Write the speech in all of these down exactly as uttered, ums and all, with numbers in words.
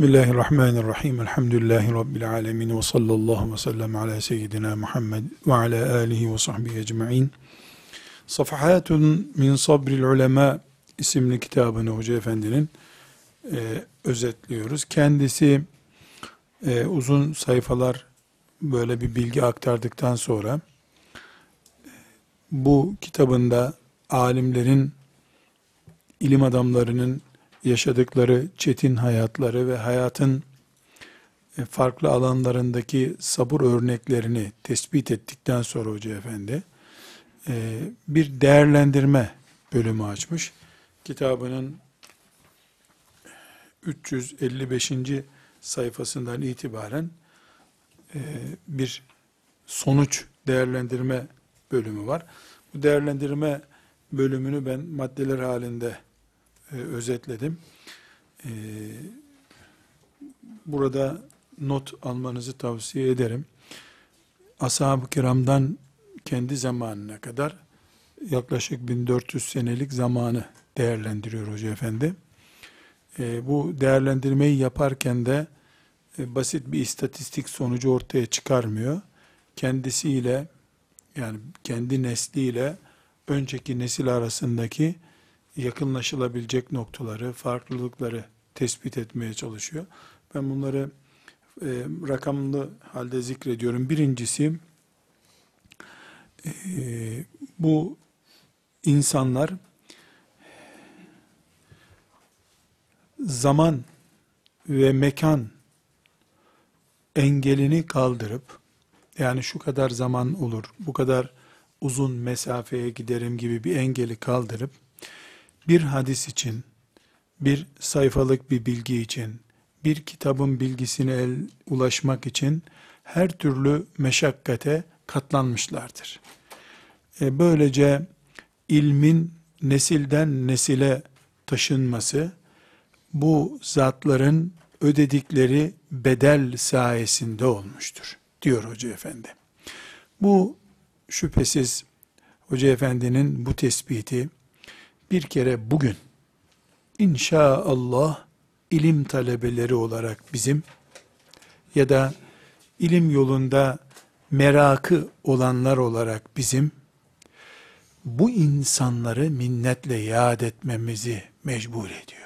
Bismillahirrahmanirrahim. Elhamdülillahi Rabbil alemin. Ve sallallahu ve sellem ala seyyidina Muhammed ve ala alihi ve sahbihi ecma'in. Safahatun min sabril ulema isimli kitabını Hoca Efendi'nin e, özetliyoruz. Kendisi e, uzun sayfalar böyle bir bilgi aktardıktan sonra bu kitabında alimlerin, ilim adamlarının yaşadıkları çetin hayatları ve hayatın farklı alanlarındaki sabır örneklerini tespit ettikten sonra Hoca Efendi bir değerlendirme bölümü açmış. Kitabının üç yüz elli beşinci sayfasından itibaren bir sonuç değerlendirme bölümü var. Bu değerlendirme bölümünü ben maddeler halinde e, özetledim. E, burada not almanızı tavsiye ederim. Ashab-ı kiramdan kendi zamanına kadar yaklaşık bin dört yüz senelik zamanı değerlendiriyor Hoca Efendi. E, bu değerlendirmeyi yaparken de e, basit bir istatistik sonucu ortaya çıkarmıyor. Kendisiyle, yani kendi nesliyle önceki nesil arasındaki yakınlaşılabilecek noktaları, farklılıkları tespit etmeye çalışıyor. Ben bunları e, rakamlı halde zikrediyorum. Birincisi, e, bu insanlar zaman ve mekan engelini kaldırıp, yani şu kadar zaman olur, bu kadar uzun mesafeye giderim gibi bir engeli kaldırıp, bir hadis için, bir sayfalık bir bilgi için, bir kitabın bilgisine el ulaşmak için her türlü meşakkate katlanmışlardır. E böylece ilmin nesilden nesile taşınması, bu zatların ödedikleri bedel sayesinde olmuştur, diyor Hoca Efendi. Bu şüphesiz Hoca Efendi'nin bu tespiti bir kere bugün inşallah ilim talebeleri olarak bizim ya da ilim yolunda merakı olanlar olarak bizim bu insanları minnetle yad etmemizi mecbur ediyor.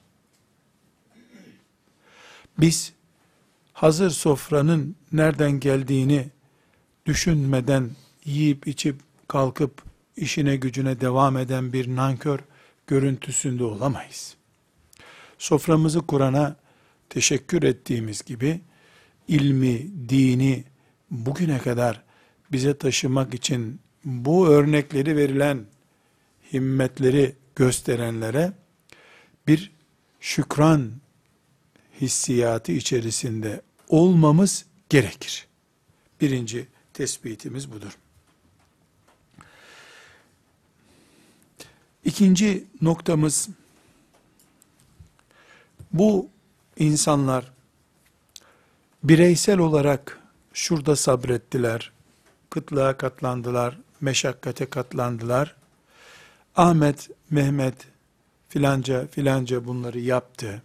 Biz hazır sofranın nereden geldiğini düşünmeden yiyip içip kalkıp işine gücüne devam eden bir nankör görüntüsünde olamayız. Soframızı kurana teşekkür ettiğimiz gibi ilmi, dini bugüne kadar bize taşımak için bu örnekleri verilen himmetleri gösterenlere bir şükran hissiyatı içerisinde olmamız gerekir. Birinci tespitimiz budur. İkinci noktamız, bu insanlar bireysel olarak şurada sabrettiler, kıtlığa katlandılar, meşakkate katlandılar. Ahmet, Mehmet filanca filanca bunları yaptı.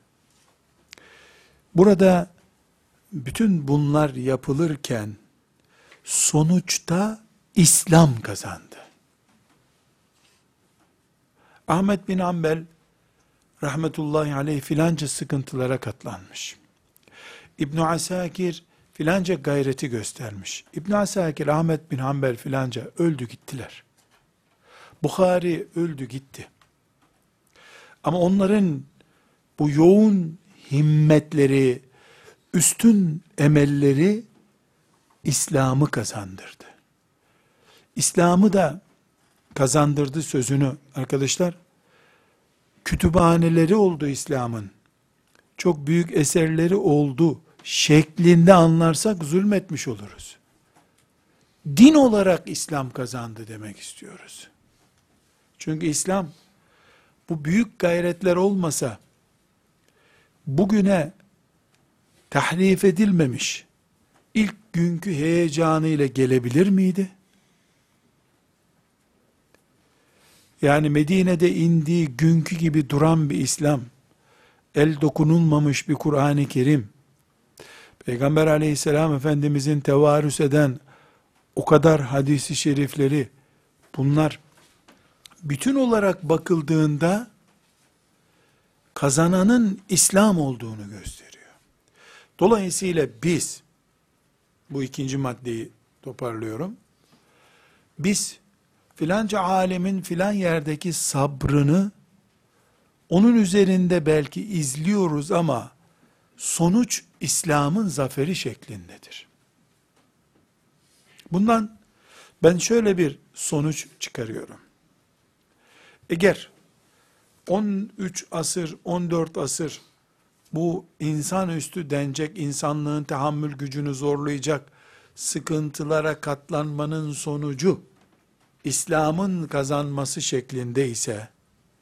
Burada bütün bunlar yapılırken sonuçta İslam kazandı. Ahmet bin Hanbel rahmetullahi aleyh filanca sıkıntılara katlanmış. İbn Asakir filanca gayreti göstermiş. İbn Asakir, Ahmet bin Hanbel filanca öldü gittiler. Bukhari öldü gitti. Ama onların bu yoğun himmetleri, üstün emelleri İslam'ı kazandırdı. İslam'ı da kazandırdı sözünü arkadaşlar, kütüphaneleri oldu İslam'ın, çok büyük eserleri oldu şeklinde anlarsak zulmetmiş oluruz. Din olarak İslam kazandı demek istiyoruz. Çünkü İslam bu büyük gayretler olmasa bugüne tahrif edilmemiş ilk günkü heyecanıyla gelebilir miydi? Yani Medine'de indiği günkü gibi duran bir İslam el dokunulmamış bir Kur'an-ı Kerim, Peygamber aleyhisselam Efendimizin tevarüs eden o kadar hadisi şerifleri, bunlar bütün olarak bakıldığında kazananın İslam olduğunu gösteriyor. Dolayısıyla biz, bu ikinci maddeyi toparlıyorum, biz filanca alemin filan yerdeki sabrını onun üzerinde belki izliyoruz ama sonuç İslam'ın zaferi şeklindedir. Bundan ben şöyle bir sonuç çıkarıyorum. Eğer on üç asır, on dört asır bu insanüstü denecek, insanlığın tahammül gücünü zorlayacak sıkıntılara katlanmanın sonucu İslam'ın kazanması şeklinde ise,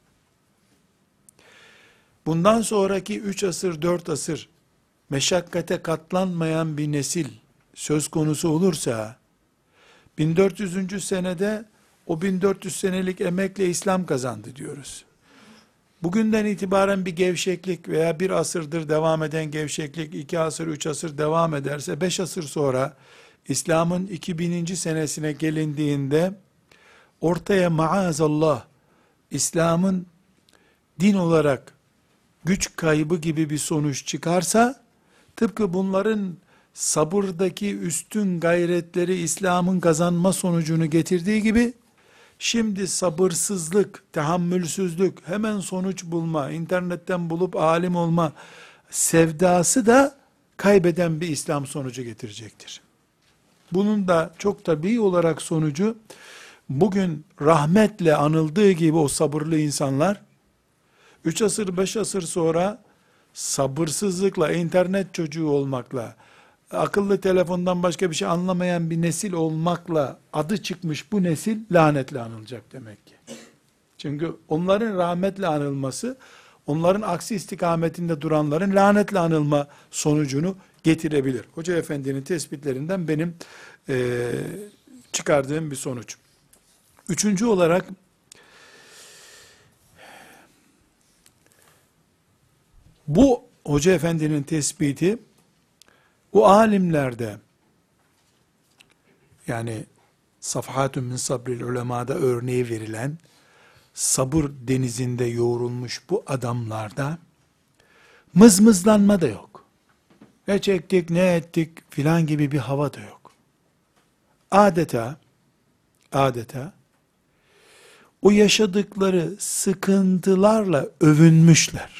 bundan sonraki üç asır, dört asır meşakkate katlanmayan bir nesil söz konusu olursa, bin dört yüzüncü senede o bin dört yüz senelik emekle İslam kazandı diyoruz. Bugünden itibaren bir gevşeklik veya bir asırdır devam eden gevşeklik, iki asır, üç asır devam ederse, beş asır sonra İslam'ın iki bininci senesine gelindiğinde, ortaya maazallah İslam'ın din olarak güç kaybı gibi bir sonuç çıkarsa, tıpkı bunların sabırdaki üstün gayretleri İslam'ın kazanma sonucunu getirdiği gibi, şimdi sabırsızlık, tahammülsüzlük, hemen sonuç bulma, internetten bulup alim olma sevdası da kaybeden bir İslam sonucu getirecektir. Bunun da çok tabii olarak sonucu, bugün rahmetle anıldığı gibi o sabırlı insanlar, üç asır, beş asır sonra sabırsızlıkla, internet çocuğu olmakla, akıllı telefondan başka bir şey anlamayan bir nesil olmakla adı çıkmış bu nesil lanetle anılacak demek ki. Çünkü onların rahmetle anılması, onların aksi istikametinde duranların lanetle anılma sonucunu getirebilir. Hoca Efendi'nin tespitlerinden benim e, çıkardığım bir sonuç. Üçüncü olarak, bu Hoca Efendi'nin tespiti, o alimlerde, yani Safhatun min Sabril Ulema'da örneği verilen, sabır denizinde yoğrulmuş bu adamlarda, mızmızlanma da yok. Ne çektik, ne ettik filan gibi bir hava da yok. Adeta, adeta, o yaşadıkları sıkıntılarla övünmüşler.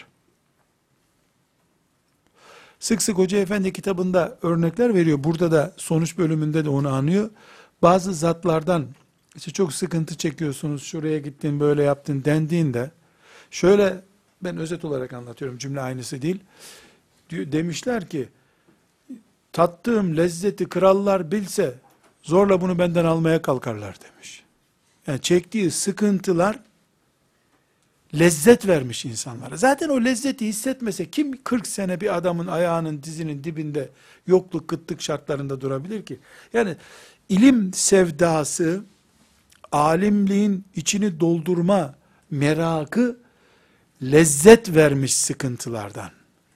Sık sık Hoca Efendi kitabında örnekler veriyor. Burada da sonuç bölümünde de onu anıyor. Bazı zatlardan, işte çok sıkıntı çekiyorsunuz, şuraya gittin, böyle yaptın dendiğinde, şöyle, ben özet olarak anlatıyorum, cümle aynısı değil. Demişler ki, tattığım lezzeti krallar bilse, zorla bunu benden almaya kalkarlar demiş. Yani çektiği sıkıntılar, lezzet vermiş insanlara. Zaten o lezzeti hissetmese kim kırk sene bir adamın ayağının dizinin dibinde yokluk kıtlık şartlarında durabilir ki? Yani ilim sevdası, alimliğin içini doldurma merakı lezzet vermiş sıkıntılardan.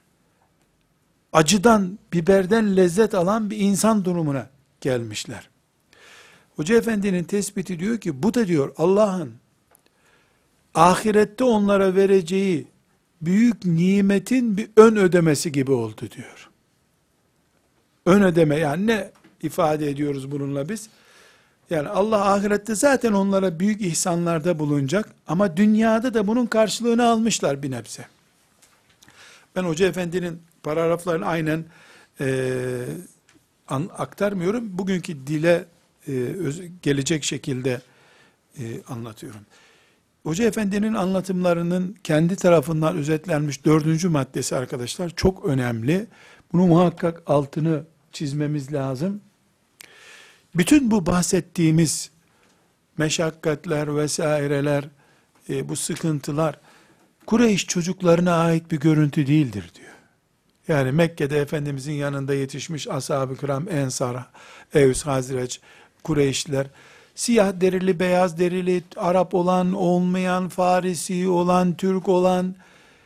Acıdan, biberden lezzet alan bir insan durumuna gelmişler. Hoca Efendi'nin tespiti diyor ki, bu da diyor Allah'ın ahirette onlara vereceği büyük nimetin bir ön ödemesi gibi oldu diyor. Ön ödeme, yani ne ifade ediyoruz bununla biz? Yani Allah ahirette zaten onlara büyük ihsanlarda bulunacak ama dünyada da bunun karşılığını almışlar bir nebze. Ben Hoca Efendi'nin paragraflarını aynen e, an, aktarmıyorum. Bugünkü dile e, öz, gelecek şekilde e, anlatıyorum. Hoca Efendi'nin anlatımlarının kendi tarafından özetlenmiş dördüncü maddesi arkadaşlar çok önemli. Bunu muhakkak altını çizmemiz lazım. Bütün bu bahsettiğimiz meşakkatler vesaireler, e, bu sıkıntılar Kureyş çocuklarına ait bir görüntü değildir diyor. Yani Mekke'de Efendimizin yanında yetişmiş ashab-ı kiram, Ensar, Evs, Hazreç, Kureyşliler, siyah derili, beyaz derili, Arap olan, olmayan, Farisi olan, Türk olan,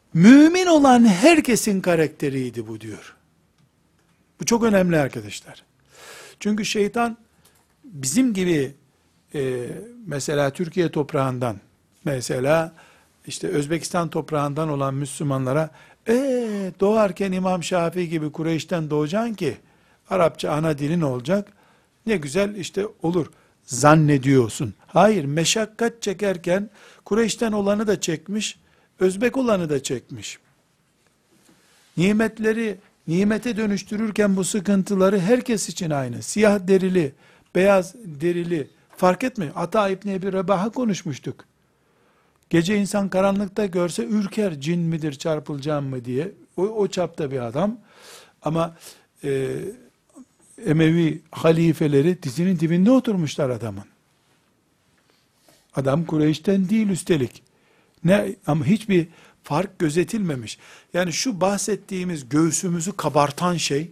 Mümin olan herkesin karakteriydi bu diyor. Bu çok önemli arkadaşlar. Çünkü şeytan bizim gibi e, mesela Türkiye toprağından, mesela işte Özbekistan toprağından olan Müslümanlara e, doğarken İmam Şafii gibi Kureyş'ten doğacaksın ki Arapça ana dilin olacak. Ne güzel işte olur zannediyorsun. Hayır, meşakkat çekerken Kureyş'ten olanı da çekmiş, Özbek olanı da çekmiş. Nimetleri nimete dönüştürürken bu sıkıntıları herkes için aynı. Siyah derili, beyaz derili fark etmiyor. Ata İbni Ebi Rebah'a konuşmuştuk. Gece insan karanlıkta görse ürker, cin midir çarpılacağım mı diye. O, o çapta bir adam. Ama e, Emevi halifeleri dizinin dibinde oturmuşlar adamın. Adam Kureyş'ten değil üstelik. Ne ama hiçbir fark gözetilmemiş. Yani şu bahsettiğimiz göğsümüzü kabartan şey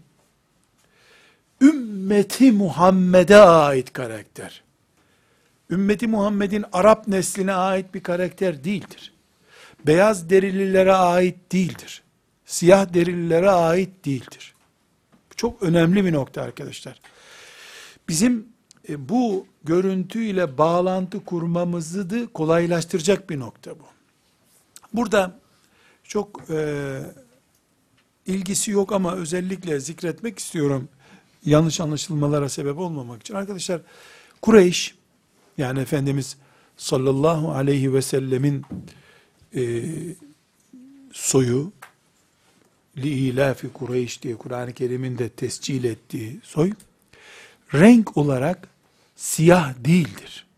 ümmeti Muhammed'e ait karakter. Ümmeti Muhammed'in Arap nesline ait bir karakter değildir. Beyaz derililere ait değildir. Siyah derililere ait değildir. Çok önemli bir nokta arkadaşlar. Bizim e, bu görüntüyle bağlantı kurmamızı da kolaylaştıracak bir nokta bu. Burada çok e, ilgisi yok ama özellikle zikretmek istiyorum. Yanlış anlaşılmalara sebep olmamak için. Arkadaşlar Kureyş, yani Efendimiz sallallahu aleyhi ve sellemin e, soyu, li'ilafi Kureyş diye Kur'an-ı Kerim'in de tescil ettiği soy, renk olarak siyah değildir.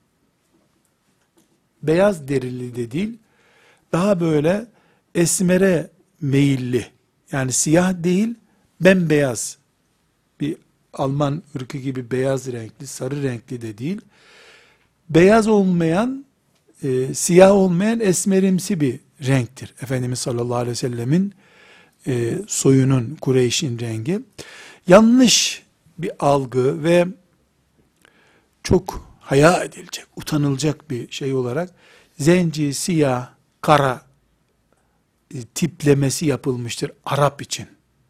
Beyaz derili de değil, daha böyle esmere meyilli, yani siyah değil, bembeyaz, bir Alman ırkı gibi beyaz renkli, sarı renkli de değil, beyaz olmayan, e, siyah olmayan esmerimsi bir renktir. Efendimiz sallallahu aleyhi ve sellemin e, soyunun, Kureyş'in rengi. Yanlış bir algı ve çok haya edilecek, utanılacak bir şey olarak zenci, siyah, kara e, tiplemesi yapılmıştır Arap için.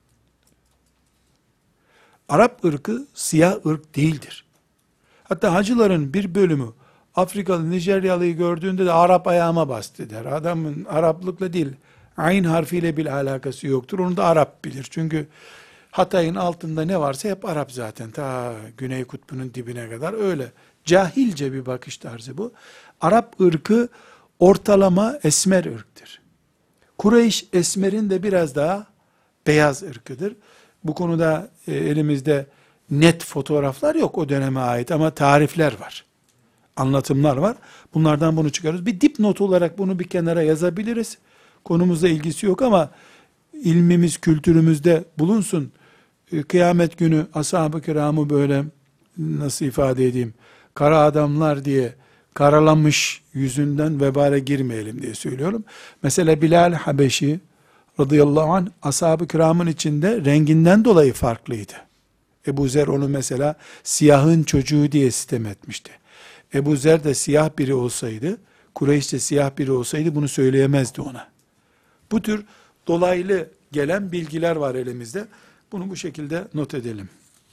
Arap ırkı siyah ırk değildir. Hatta hacıların bir bölümü Afrikalı, Nijeryalı'yı gördüğünde de Arap ayağıma bastı der. Adamın Araplıkla değil, ayn harfiyle bir alakası yoktur. Onu da Arap bilir. Çünkü Hatay'ın altında ne varsa hep Arap zaten. Ta Güney Kutbu'nun dibine kadar öyle. Cahilce bir bakış tarzı bu. Arap ırkı ortalama esmer ırktır. Kureyş esmerin de biraz daha beyaz ırkıdır. Bu konuda e, elimizde net fotoğraflar yok o döneme ait ama tarifler var. Anlatımlar var. Bunlardan bunu çıkarıyoruz. Bir dipnot olarak bunu bir kenara yazabiliriz. Konumuzla ilgisi yok ama ilmimiz, kültürümüzde bulunsun. E, Kıyamet günü ashab-ı kiramı böyle nasıl ifade edeyim, kara adamlar diye karalamış yüzünden vebale girmeyelim diye söylüyorum. Mesela Bilal Habeşi radıyallahu anh ashab-ı kiramın içinde renginden dolayı farklıydı. Ebu Zer onu mesela siyahın çocuğu diye sitem etmişti. Ebu Zer de siyah biri olsaydı, Kureyş de siyah biri olsaydı bunu söyleyemezdi ona. Bu tür dolaylı gelen bilgiler var elimizde. Bunu bu şekilde not edelim.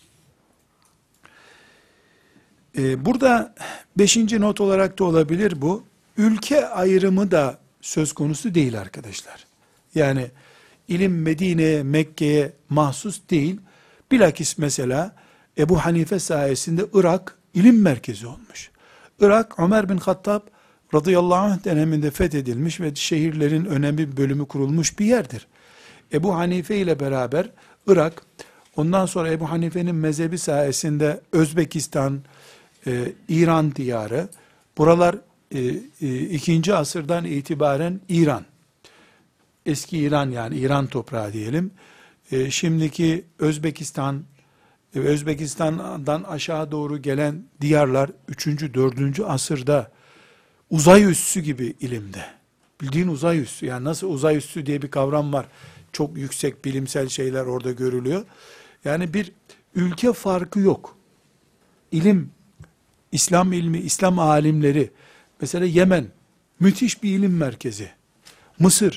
Ee, burada beşinci not olarak da olabilir bu. Ülke ayrımı da söz konusu değil arkadaşlar. Yani ilim Medine'ye, Mekke'ye mahsus değil. Bilakis mesela Ebu Hanife sayesinde Irak ilim merkezi olmuş. Irak, Ömer bin Hattab radıyallahu anh döneminde fethedilmiş ve şehirlerin önemli bir bölümü kurulmuş bir yerdir. Ebu Hanife ile beraber Irak, ondan sonra Ebu Hanife'nin mezhebi sayesinde Özbekistan, e, İran diyarı, buralar e, e, ikinci asırdan itibaren İran, eski İran yani İran toprağı diyelim, e, şimdiki Özbekistan, e, Özbekistan'dan aşağı doğru gelen diyarlar üçüncü dördüncü asırda uzay üssü gibi ilimde. Bildiğin uzay üssü, yani nasıl uzay üssü diye bir kavram var. Çok yüksek bilimsel şeyler orada görülüyor. Yani bir ülke farkı yok. İlim, İslam ilmi, İslam alimleri, mesela Yemen, müthiş bir ilim merkezi. Mısır,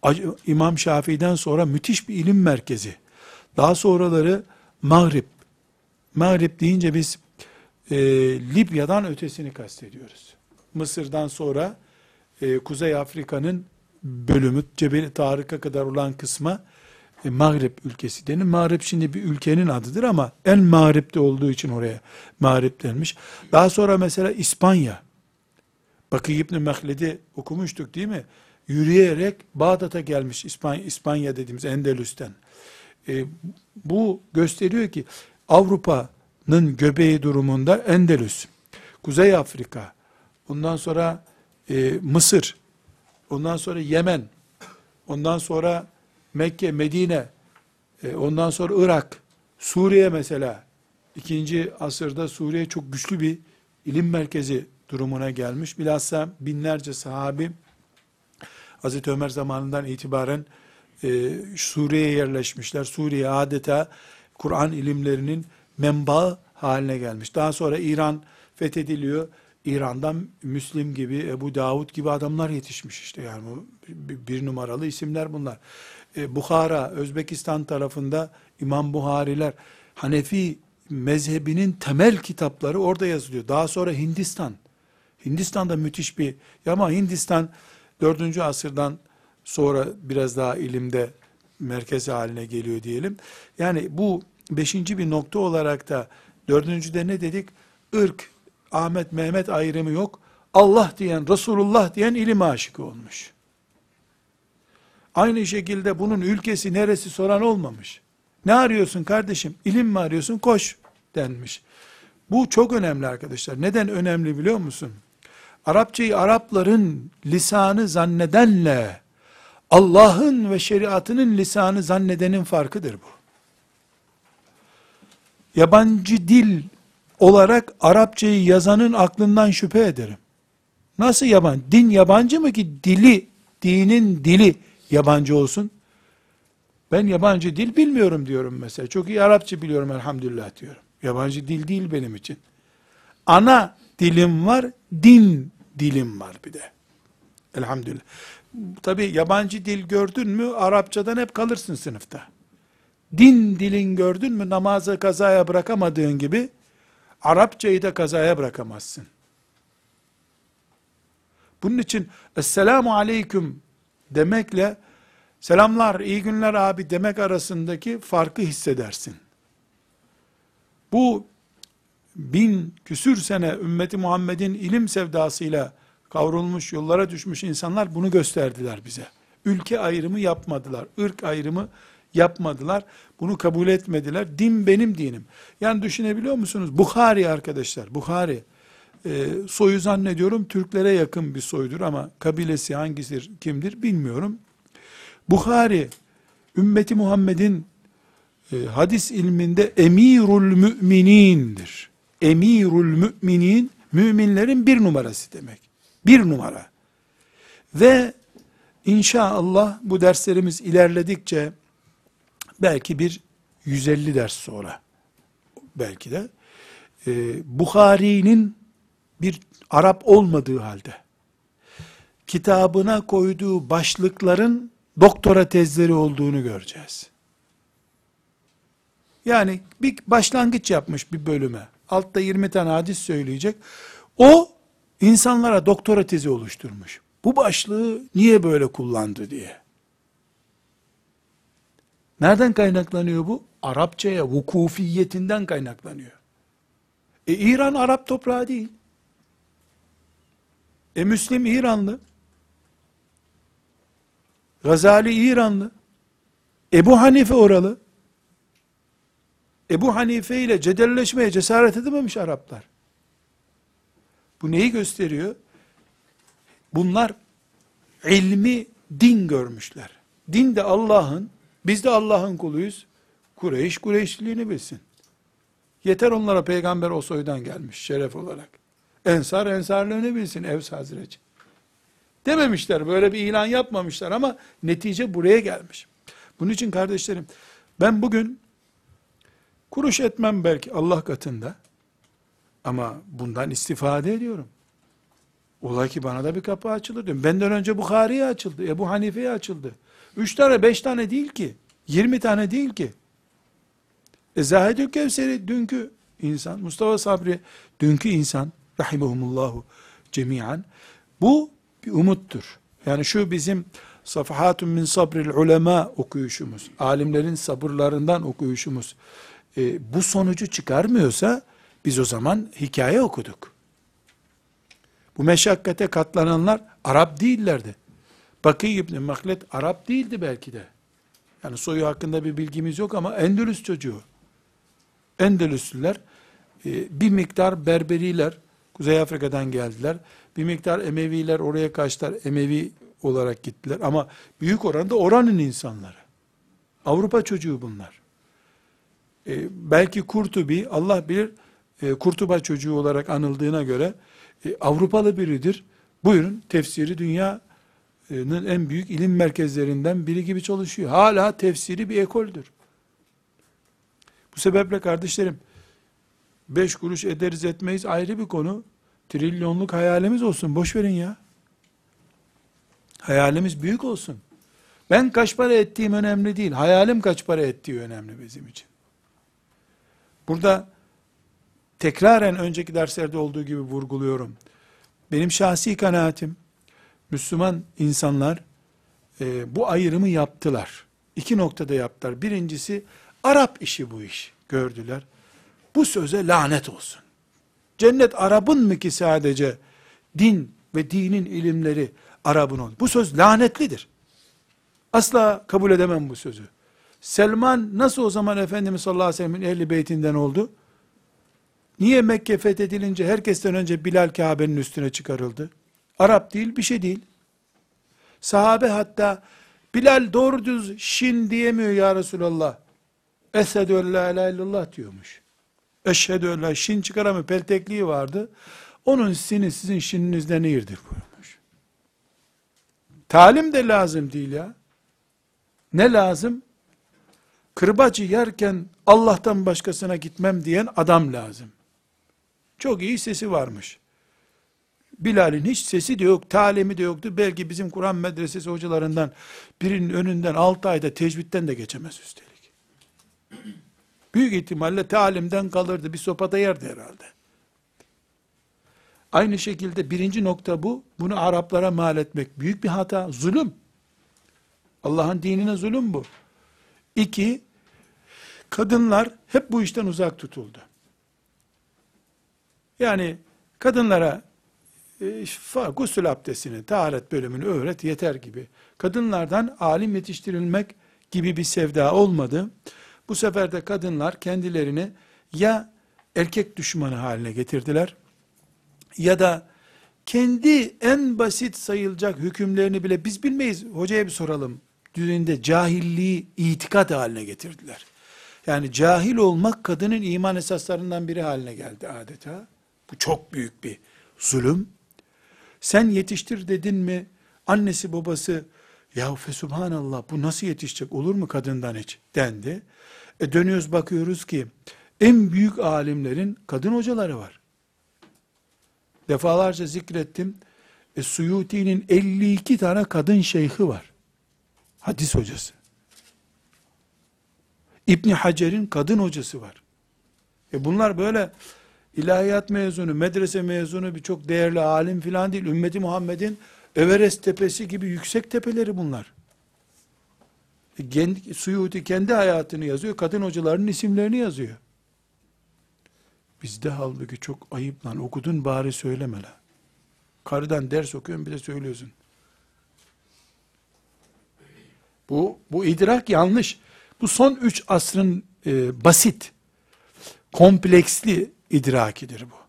İmam Şafii'den sonra müthiş bir ilim merkezi. Daha sonraları Mağrib. Mağrib deyince biz e, Libya'dan ötesini kastediyoruz. Mısır'dan sonra e, Kuzey Afrika'nın bölümü, Cebeli Tarık'a kadar olan kısma e, Mağrib ülkesi denir. Mağrib şimdi bir ülkenin adıdır ama en Mağrib'de olduğu için oraya Mağrib denmiş. Daha sonra mesela İspanya. Bakı İbn-i Mehled'i okumuştuk değil mi? Yürüyerek Bağdat'a gelmiş İspanya, İspanya dediğimiz Endülüs'ten. E, bu gösteriyor ki Avrupa'nın göbeği durumunda Endülüs, Kuzey Afrika, ondan sonra e, Mısır, ondan sonra Yemen, ondan sonra Mekke, Medine, e, ondan sonra Irak, Suriye mesela, ikinci asırda Suriye çok güçlü bir ilim merkezi durumuna gelmiş. Bilhassa binlerce sahabi Hazreti Ömer zamanından itibaren e, Suriye'ye yerleşmişler. Suriye adeta Kur'an ilimlerinin menbaı haline gelmiş. Daha sonra İran fethediliyor. İran'dan Müslim gibi, Ebu Davud gibi adamlar yetişmiş işte, yani bu bir numaralı isimler bunlar. E, Bukhara, Özbekistan tarafında İmam Buhariler, Hanefi mezhebinin temel kitapları orada yazılıyor. Daha sonra Hindistan, Hindistan'da müthiş bir, ama Hindistan dördüncü asırdan sonra biraz daha ilimde merkezi haline geliyor diyelim. Yani bu beşinci bir nokta olarak da dördüncüde ne dedik? Irk, Ahmet, Mehmet ayrımı yok. Allah diyen, Resulullah diyen ilim aşıkı olmuş. Aynı şekilde bunun ülkesi neresi soran olmamış. Ne arıyorsun kardeşim? İlim mi arıyorsun? Koş denmiş. Bu çok önemli arkadaşlar. Neden önemli biliyor musun? Arapçayı Arapların lisanı zannedenle Allah'ın ve şeriatının lisanı zannedenin farkıdır bu. Yabancı dil olarak Arapçayı yazanın aklından şüphe ederim. Nasıl yabancı? Din yabancı mı ki dili, dinin dili yabancı olsun? Ben yabancı dil bilmiyorum diyorum mesela. Çok iyi Arapça biliyorum elhamdülillah diyorum. Yabancı dil değil benim için. Ana dilim var, din dilim var bir de. Elhamdülillah. Tabi yabancı dil gördün mü Arapçadan hep kalırsın sınıfta. Din dilin gördün mü namazı kazaya bırakamadığın gibi Arapçayı da kazaya bırakamazsın. Bunun için Esselamu Aleyküm demekle selamlar, iyi günler abi demek arasındaki farkı hissedersin. Bu bin küsür sene ümmeti Muhammed'in ilim sevdasıyla kavrulmuş, yollara düşmüş insanlar bunu gösterdiler bize. Ülke ayrımı yapmadılar, ırk ayrımı yapmadılar, bunu kabul etmediler. Din benim dinim. Yani düşünebiliyor musunuz? Bukhari arkadaşlar, Bukhari, e, soyu zannediyorum Türklere yakın bir soydur ama kabilesi hangisidir, kimdir bilmiyorum. Bukhari, ümmeti Muhammed'in e, hadis ilminde emirul müminindir. Emirul müminin, müminlerin bir numarası demek. Bir numara. Ve inşallah bu derslerimiz ilerledikçe belki bir yüz elli ders sonra belki de e, Bukhari'nin bir Arap olmadığı halde kitabına koyduğu başlıkların doktora tezleri olduğunu göreceğiz. Yani bir başlangıç yapmış bir bölüme. Altta yirmi tane hadis söyleyecek. O insanlara doktora tezi oluşturmuş. Bu başlığı niye böyle kullandı diye. Nereden kaynaklanıyor bu? Arapçaya vukufiyetinden kaynaklanıyor. E İran Arap toprağı değil. E Müslim İranlı. Gazali İranlı. Ebu Hanife oralı. Ebu Hanife ile cedelleşmeye cesaret edememiş Araplar. Bu neyi gösteriyor? Bunlar ilmi din görmüşler. Din de Allah'ın, biz de Allah'ın kuluyuz. Kureyş, Kureyşliliğini bilsin. Yeter onlara peygamber o soydan gelmiş şeref olarak. Ensar, ensarlığını bilsin Evs Hazreti. Dememişler, böyle bir ilan yapmamışlar ama netice buraya gelmiş. Bunun için kardeşlerim, ben bugün kuruş etmem belki Allah katında ama bundan istifade ediyorum. Ola ki bana da bir kapı açılır diyorum. Benden önce Bukhari'ye açıldı, Ebu Hanife'ye açıldı. Üç tane, beş tane değil ki. Yirmi tane değil ki. E Zahid-ül Kevseri dünkü insan, Mustafa Sabri dünkü insan, rahimehumullahu cemiyan. Bu bir umuttur. Yani şu bizim Safahatun min sabril ulema okuyuşumuz, alimlerin sabırlarından okuyuşumuz, e, bu sonucu çıkarmıyorsa, biz o zaman hikaye okuduk. Bu meşakkate katlananlar Arap değillerdi. Bakı İbni Maklet Arap değildi belki de. Yani soyu hakkında bir bilgimiz yok ama Endülüs çocuğu. Endülüslüler, e, bir miktar Berberiler, Kuzey Afrika'dan geldiler. Bir miktar Emeviler oraya kaçtılar. Emevi olarak gittiler. Ama büyük oranda oranın insanları. Avrupa çocuğu bunlar. E, belki Kurtubi, Allah bilir, e, Kurtuba çocuğu olarak anıldığına göre e, Avrupalı biridir. Buyurun, tefsiri dünyanın en büyük ilim merkezlerinden biri gibi çalışıyor. Hala tefsiri bir ekoldür. Bu sebeple kardeşlerim, beş kuruş ederiz etmeyiz ayrı bir konu. Trilyonluk hayalimiz olsun. Boş verin ya. Hayalimiz büyük olsun. Ben kaç para ettiğim önemli değil. Hayalim kaç para ettiği önemli bizim için. Burada tekraren önceki derslerde olduğu gibi vurguluyorum. Benim şahsi kanaatim, Müslüman insanlar e, bu ayrımı yaptılar. İki noktada yaptılar. Birincisi, Arap işi bu iş gördüler. Bu söze lanet olsun. Cennet Arap'ın mı ki sadece din ve dinin ilimleri Arap'ın oldu? Bu söz lanetlidir. Asla kabul edemem bu sözü. Selman nasıl o zaman Efendimiz sallallahu aleyhi ve sellem'in ehli beytinden oldu? Niye Mekke fethedilince herkesten önce Bilal Kabe'nin üstüne çıkarıldı? Arap değil, bir şey değil. Sahabe hatta Bilal doğru düz şin diyemiyor ya Resulallah. Eşhedü en la ilahe illallah diyormuş. Eşhedü en la, şin çıkaramıyor, peltekliği vardı. Onun sini sizin şininizden iyidir buyurmuş. Talim de lazım değil ya. Ne lazım? Kırbacı yerken Allah'tan başkasına gitmem diyen adam lazım. Çok iyi sesi varmış. Bilal'in hiç sesi de yok, talimi de yoktu. Belki bizim Kur'an medresesi hocalarından birinin önünden altı ayda tecvitten de geçemez üstelik. Büyük ihtimalle talimden kalırdı, bir sopada yerdi herhalde. Aynı şekilde birinci nokta bu. Bunu Araplara mal etmek büyük bir hata, zulüm. Allah'ın dinine zulüm bu. İki, kadınlar hep bu işten uzak tutuldu. Yani kadınlara e, gusül abdestini, taharet bölümünü öğret yeter gibi. Kadınlardan alim yetiştirilmek gibi bir sevda olmadı. Bu sefer de kadınlar kendilerini ya erkek düşmanı haline getirdiler, ya da kendi en basit sayılacak hükümlerini bile biz bilmeyiz, hocaya bir soralım düzeyinde cahilliği itikat haline getirdiler. Yani cahil olmak kadının iman esaslarından biri haline geldi adeta. Bu çok büyük bir zulüm. Sen yetiştir dedin mi, annesi babası, ya fesubhanallah bu nasıl yetişecek, olur mu kadından hiç dendi. E dönüyoruz bakıyoruz ki en büyük alimlerin kadın hocaları var. Defalarca zikrettim. E, Suyuti'nin elli iki tane kadın şeyhi var. Hadis hocası. İbni Hacer'in kadın hocası var. E bunlar böyle ilahiyat mezunu, medrese mezunu birçok değerli alim filan değil. Ümmeti Muhammed'in Everest tepesi gibi yüksek tepeleri bunlar. E, kendi, Suyuti kendi hayatını yazıyor, kadın hocalarının isimlerini yazıyor. Bizde halbuki çok ayıp lan, okudun bari söyleme lan. Karıdan ders okuyorsun bir de söylüyorsun. Bu, bu idrak yanlış. Bu son üç asrın e, basit, kompleksli idrakidir bu.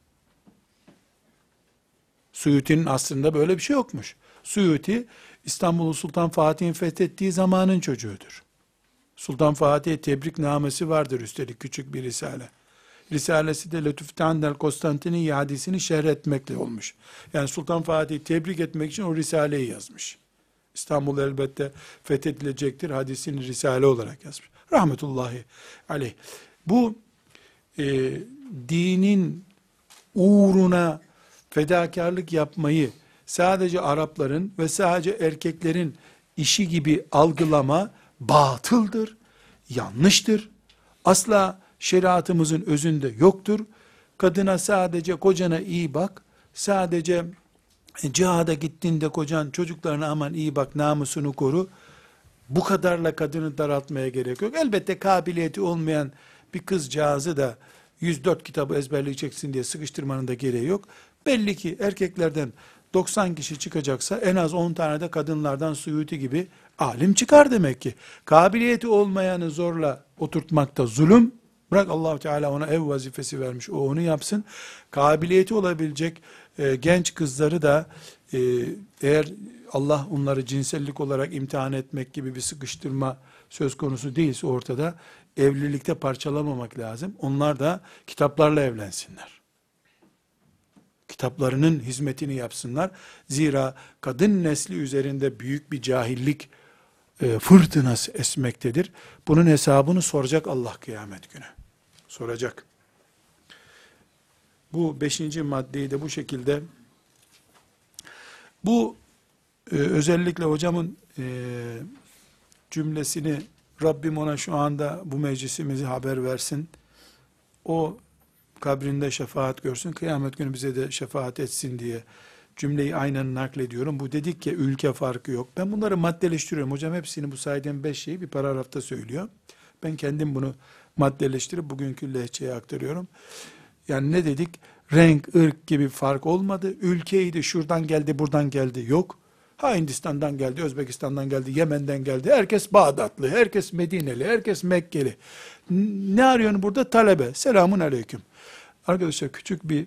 Suyuti'nin asrında böyle bir şey yokmuş. Suyuti, İstanbul'u Sultan Fatih'in fethettiği zamanın çocuğudur. Sultan Fatih'e tebriknamesi vardır üstelik, küçük bir risale. Risalesi de Letüftandel Konstantiniye hadisini şerh etmekle olmuş. Yani Sultan Fatih'i tebrik etmek için o risaleyi yazmış. İstanbul elbette fethedilecektir hadisini risale olarak yazmış. Rahmetullahi aleyh. Bu e, dinin uğruna fedakarlık yapmayı sadece Arapların ve sadece erkeklerin işi gibi algılama batıldır, yanlıştır. Asla şeriatımızın özünde yoktur. Kadına sadece kocana iyi bak, sadece cihada gittiğinde kocan çocuklarına aman iyi bak, namusunu koru. Bu kadarla kadını daraltmaya gerek yok. Elbette kabiliyeti olmayan bir kızcağızı da yüz dört kitabı ezberleyeceksin diye sıkıştırmanın da gereği yok. Belli ki erkeklerden doksan kişi çıkacaksa en az on tane de kadınlardan Suyuti gibi alim çıkar demek ki. Kabiliyeti olmayanı zorla oturtmak da zulüm. Bırak, Allah-u Teala ona ev vazifesi vermiş, o onu yapsın. Kabiliyeti olabilecek e, genç kızları da e, eğer Allah onları cinsellik olarak imtihan etmek gibi bir sıkıştırma söz konusu değilse ortada, evlilikte parçalamamak lazım. Onlar da kitaplarla evlensinler. Kitaplarının hizmetini yapsınlar. Zira kadın nesli üzerinde büyük bir cahillik e, fırtınası esmektedir. Bunun hesabını soracak Allah kıyamet günü. Soracak. Bu beşinci maddeyi de bu şekilde, bu e, özellikle hocamın e, cümlesini, Rabbim ona şu anda bu meclisimizi haber versin, o kabrinde şefaat görsün, kıyamet günü bize de şefaat etsin diye cümleyi aynen naklediyorum. Bu dedik ya, ülke farkı yok. Ben bunları maddeleştiriyorum. Hocam hepsini, bu saydığım beş şeyi bir paragrafta söylüyor. Ben kendim bunu maddeleştirip bugünkü lehçeye aktarıyorum. Yani ne dedik? Renk, ırk gibi fark olmadı. Ülkeydi, şuradan geldi, buradan geldi, yok. Ha Hindistan'dan geldi, Özbekistan'dan geldi, Yemen'den geldi. Herkes Bağdatlı, herkes Medineli, herkes Mekkeli. Ne arıyorsun burada? Talebe. Selamun aleyküm. Arkadaşlar küçük bir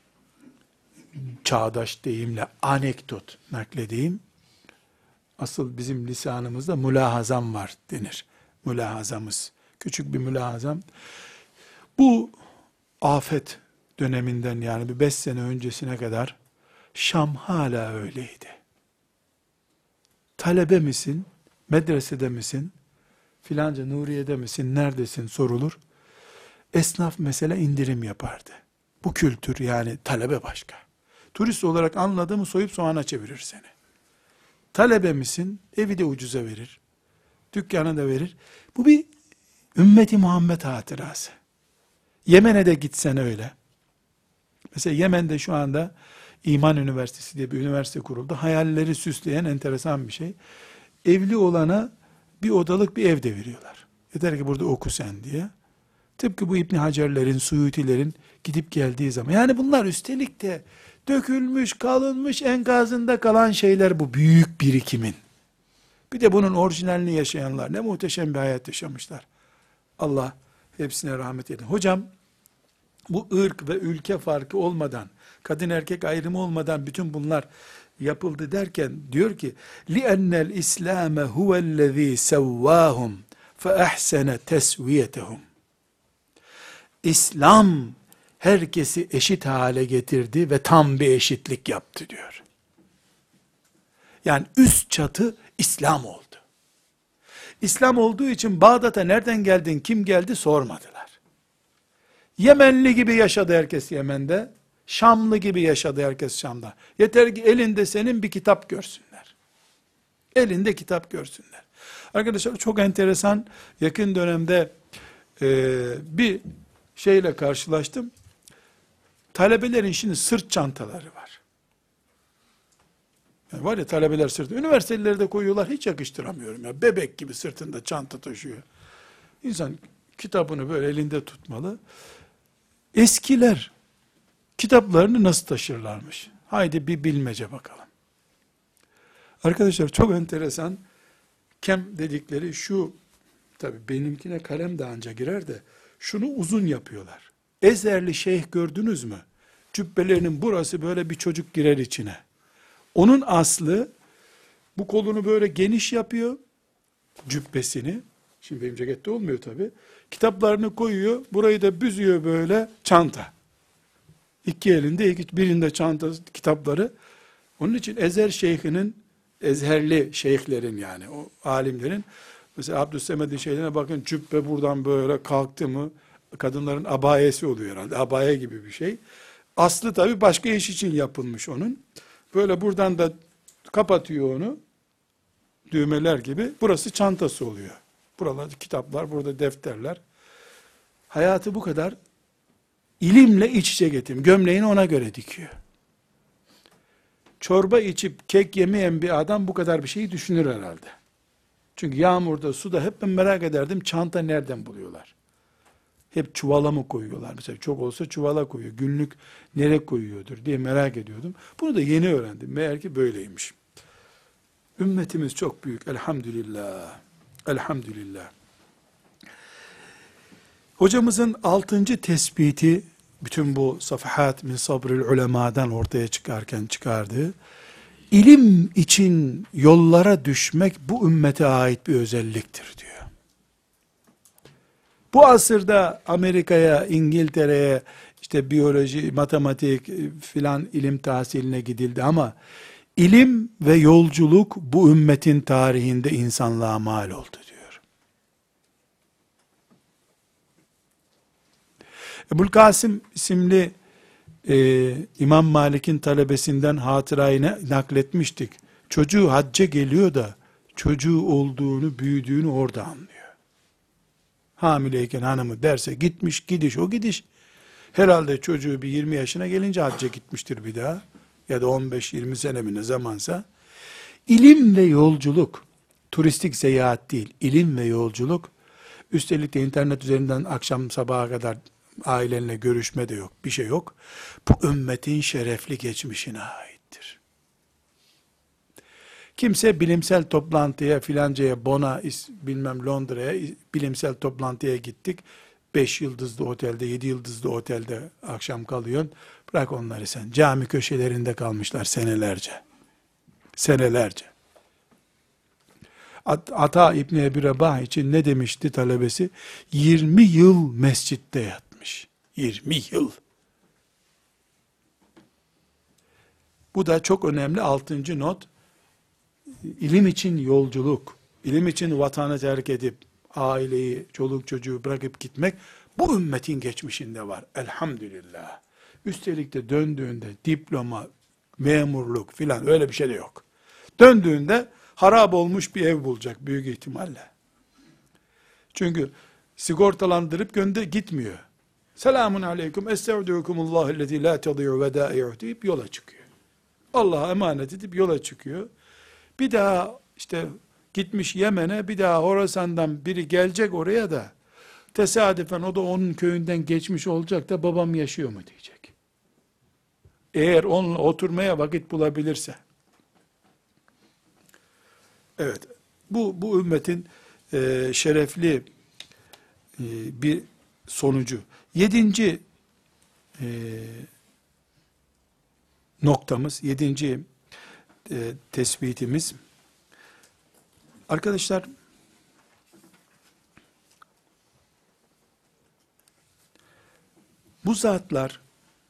çağdaş deyimle anekdot nakledeyim. Asıl bizim lisanımızda mülahazam var denir. Mülahazamız. Küçük bir mülahazam. Bu afet döneminden, yani bir beş sene öncesine kadar Şam hala öyleydi. Talebe misin? Medresede misin? Filanca Nuriye'de misin? Neredesin? Sorulur. Esnaf mesela indirim yapardı. Bu kültür, yani talebe başka. Turist olarak anladığımı soyup soğana çevirir seni. Talebe misin? Evi de ucuza verir. Dükkanı da verir. Bu bir ümmeti Muhammed hatırası. Yemen'e de gitsen öyle. Mesela Yemen'de şu anda İman Üniversitesi diye bir üniversite kuruldu. Hayalleri süsleyen enteresan bir şey. Evli olana bir odalık bir ev de veriyorlar. Yeter ki burada oku sen diye. Tıpkı bu İbn Hacerlerin, Suyutilerin gidip geldiği zaman. Yani bunlar üstelik de dökülmüş, kalınmış, enkazında kalan şeyler, bu büyük birikimin. Bir de bunun orijinalini yaşayanlar ne muhteşem bir hayat yaşamışlar. Allah hepsine rahmet eylesin. Hocam, bu ırk ve ülke farkı olmadan, kadın erkek ayrımı olmadan bütün bunlar yapıldı derken diyor ki لِأَنَّ الْاِسْلَامَ هُوَ الَّذ۪ي سَوَّاهُمْ فَأَحْسَنَ تَسْوِيَتَهُمْ. İslam herkesi eşit hale getirdi ve tam bir eşitlik yaptı diyor. Yani üst çatı İslam oldu. İslam olduğu için Bağdat'a nereden geldin, kim geldi sormadılar. Yemenli gibi yaşadı herkes Yemen'de, Şamlı gibi yaşadı herkes Şam'da. Yeter ki elinde senin bir kitap görsünler. Elinde kitap görsünler. Arkadaşlar çok enteresan, yakın dönemde e, bir şeyle karşılaştım. Talebelerin şimdi sırt çantaları var. Yani var ya, talebeler sırtı. Üniversiteleri de koyuyorlar, hiç yakıştıramıyorum ya. Bebek gibi sırtında çanta taşıyor. İnsan kitabını böyle elinde tutmalı. Eskiler kitaplarını nasıl taşırlarmış? Haydi bir bilmece bakalım. Arkadaşlar çok enteresan, kem dedikleri şu, tabi benimkine kalem de anca girer de, şunu uzun yapıyorlar. Ezerli şeyh gördünüz mü? Cübbelerinin burası böyle bir çocuk girer içine. Onun aslı, bu kolunu böyle geniş yapıyor, cübbesini. Şimdi benim cekette olmuyor tabi. Kitaplarını koyuyor, burayı da büzüyor böyle, çanta. İki elinde, iki, birinde çantası, kitapları. Onun için Ezer şeyhinin, Ezherli şeyhlerin, yani o alimlerin, mesela Abdüssemed'in şeylerine bakın, cübbe buradan böyle kalktı mı, kadınların abayesi oluyor herhalde, abaya gibi bir şey. Aslı tabi başka iş için yapılmış onun. Böyle buradan da kapatıyor onu. düğmeler gibi. Burası çantası oluyor. Buralarda kitaplar, burada defterler. Hayatı bu kadar ilimle iç içe getirdim. Gömleğini ona göre dikiyor. Çorba içip kek yemeyen bir adam bu kadar bir şeyi düşünür herhalde. Çünkü yağmurda, suda hep ben merak ederdim, çanta nereden buluyorlar? Hep çuvala mı koyuyorlar? Mesela çok olsa çuvala koyuyor. Günlük nereye koyuyordur diye merak ediyordum. Bunu da yeni öğrendim. Meğer ki böyleymiş. Ümmetimiz çok büyük. Elhamdülillah. Elhamdülillah. Hocamızın altıncı tespiti, bütün bu Safahat min Sabril Ulema'dan ortaya çıkarken çıkardığı, ilim için yollara düşmek bu ümmete ait bir özelliktir diyor. Bu asırda Amerika'ya, İngiltere'ye, işte biyoloji, matematik filan ilim tahsiline gidildi ama ilim ve yolculuk bu ümmetin tarihinde insanlığa mal oldu diyor. Ebu'l Kasım isimli e, İmam Malik'in talebesinden hatırayı nakletmiştik. Çocuğu hacca geliyor da çocuğu olduğunu, büyüdüğünü orada anlıyor. Hamileyken hanımı derse gitmiş, gidiş o gidiş. Herhalde çocuğu bir yirmi yaşına gelince hacca gitmiştir bir daha. Ya da on beş yirmi sene mi ne zamansa. İlim ve yolculuk, turistik seyahat değil, ilim ve yolculuk, üstelik de internet üzerinden akşam sabaha kadar ailenle görüşme de yok, bir şey yok. Bu ümmetin şerefli geçmişine aittir. Kimse bilimsel toplantıya filancaya, Bon'a, bilmem Londra'ya bilimsel toplantıya gittik. Beş yıldızlı otelde, yedi yıldızlı otelde akşam kalıyorsun. Bırak onları sen. Cami köşelerinde kalmışlar senelerce. Senelerce. At Ata İbni Ebi Rabah için ne demişti talebesi? yirmi yıl mescitte yatmış. yirmi yıl. Bu da çok önemli altıncı not. İlim için yolculuk, ilim için vatanı terk edip, aileyi, çoluk çocuğu bırakıp gitmek, bu ümmetin geçmişinde var. Elhamdülillah. Üstelik de döndüğünde diploma, memurluk filan öyle bir şey de yok. Döndüğünde harap olmuş bir ev bulacak büyük ihtimalle. Çünkü sigortalandırıp gönde gitmiyor. Selamun aleyküm, estağfirullah ellezî la tadî'u vedâ'i'u deyip yola çıkıyor. Allah'a emanet edip yola çıkıyor. Bir daha işte gitmiş Yemen'e, bir daha Horasan'dan biri gelecek oraya da tesadüfen o da onun köyünden geçmiş olacak da babam yaşıyor mu diyecek. Eğer onunla oturmaya vakit bulabilirse. Evet, bu bu ümmetin e, şerefli e, bir sonucu. Yedinci e, noktamız, yedinci e, tespitimiz, arkadaşlar, bu zatlar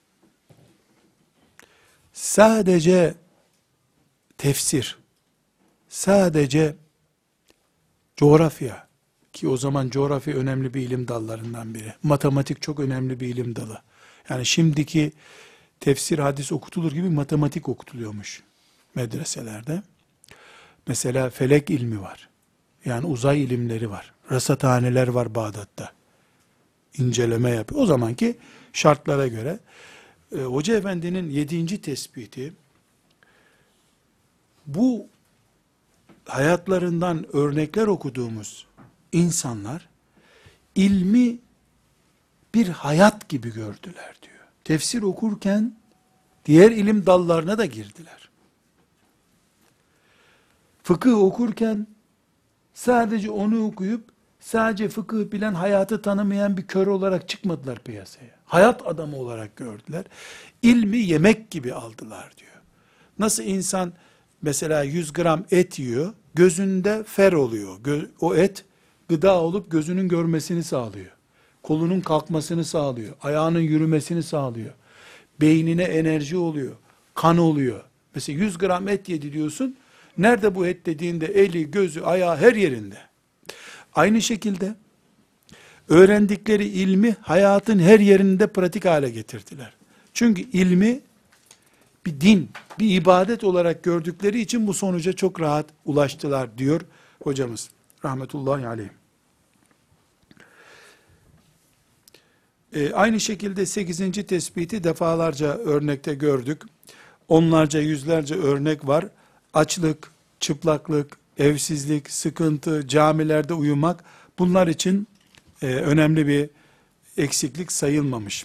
sadece tefsir, sadece coğrafya, ki o zaman coğrafya önemli bir ilim dallarından biri. Matematik çok önemli bir ilim dalı. Yani şimdiki tefsir, hadis okutulur gibi matematik okutuluyormuş medreselerde. Mesela felek ilmi var. Yani uzay ilimleri var. Rasathaneler var Bağdat'ta. İnceleme yapıyor. O zamanki şartlara göre. E, Hoca Efendi'nin yedinci tespiti, bu hayatlarından örnekler okuduğumuz insanlar, ilmi bir hayat gibi gördüler diyor. Tefsir okurken, diğer ilim dallarına da girdiler. Fıkıh okurken, sadece onu okuyup, sadece fıkıh bilen, hayatı tanımayan bir kör olarak çıkmadılar piyasaya. Hayat adamı olarak gördüler. İlmi yemek gibi aldılar diyor. Nasıl insan mesela yüz gram et yiyor, gözünde fer oluyor. Gö- o et gıda olup gözünün görmesini sağlıyor. Kolunun kalkmasını sağlıyor. Ayağının yürümesini sağlıyor. Beynine enerji oluyor. Kan oluyor. Mesela yüz gram et yedi diyorsun. Nerede bu et dediğinde eli, gözü, ayağı her yerinde. Aynı şekilde öğrendikleri ilmi hayatın her yerinde pratik hale getirdiler. Çünkü ilmi bir din, bir ibadet olarak gördükleri için bu sonuca çok rahat ulaştılar diyor hocamız. Rahmetullahi aleyh. E, aynı şekilde sekizinci tespiti defalarca örnekte gördük. Onlarca, yüzlerce örnek var. Açlık, çıplaklık, evsizlik, sıkıntı, camilerde uyumak, bunlar için e, önemli bir eksiklik sayılmamış.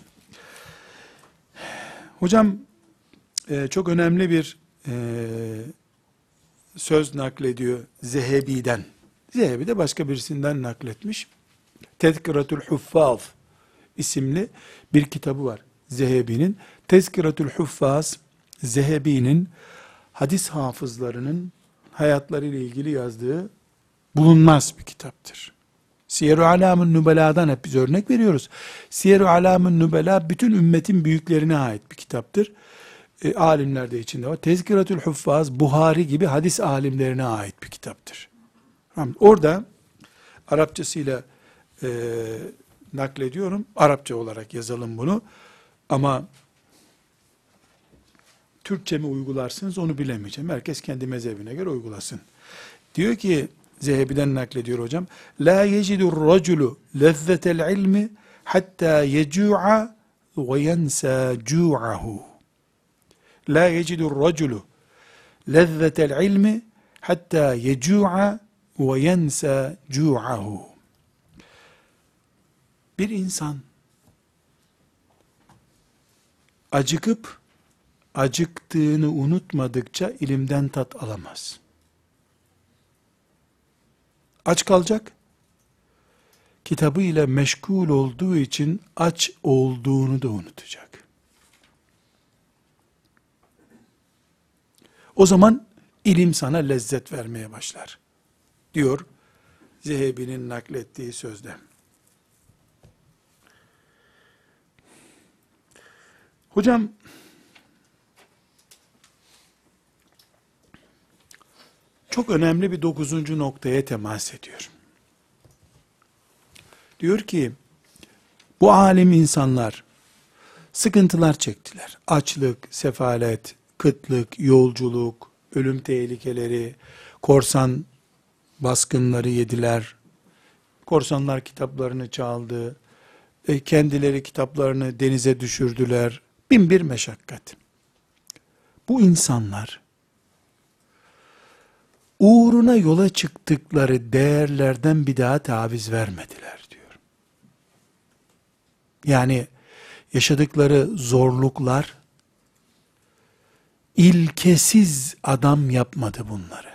Hocam e, çok önemli bir e, söz naklediyor Zehebi'den. Zehebi de başka birisinden nakletmiş. Tezkiratül Huffaz isimli bir kitabı var Zehebi'nin. Tezkiratül Huffaz, Zehebi'nin hadis hafızlarının hayatları ile ilgili yazdığı bulunmaz bir kitaptır. Siyer-i Alam-ı Nübela'dan hep biz örnek veriyoruz. Siyer-i Alam-ı Nübela bütün ümmetin büyüklerine ait bir kitaptır. E, alimler de içinde var. Tezkiratül Huffaz, Buhari gibi hadis alimlerine ait bir kitaptır. Orada Arapçasıyla e, naklediyorum. Arapça olarak yazalım bunu. Ama Türkçe mi uygularsınız onu bilemeyeceğim. Herkes kendi mezhebine göre uygulasın. Diyor ki, Zehebi'den naklediyor hocam. La yecidur raculu lezzetel ilmi hatta yecu'a ve yensa cu'ahu. La yecidur raculu lezzetel ilmi hatta yecu'a ve yensa cu'ahu. Bir insan acıkıp acıktığını unutmadıkça ilimden tat alamaz. Aç kalacak, kitabı ile meşgul olduğu için aç olduğunu da unutacak. O zaman ilim sana lezzet vermeye başlar, diyor Zehebi'nin naklettiği sözde. Hocam, çok önemli bir dokuzuncu noktaya temas ediyor. Diyor ki, bu alim insanlar sıkıntılar çektiler. Açlık, sefalet, kıtlık, yolculuk, ölüm tehlikeleri, korsan baskınları yediler. Korsanlar kitaplarını çaldı. E, kendileri kitaplarını denize düşürdüler. Bin bir meşakkat. Bu insanlar uğruna yola çıktıkları değerlerden bir daha taviz vermediler diyor. Yani yaşadıkları zorluklar ilkesiz adam yapmadı bunları.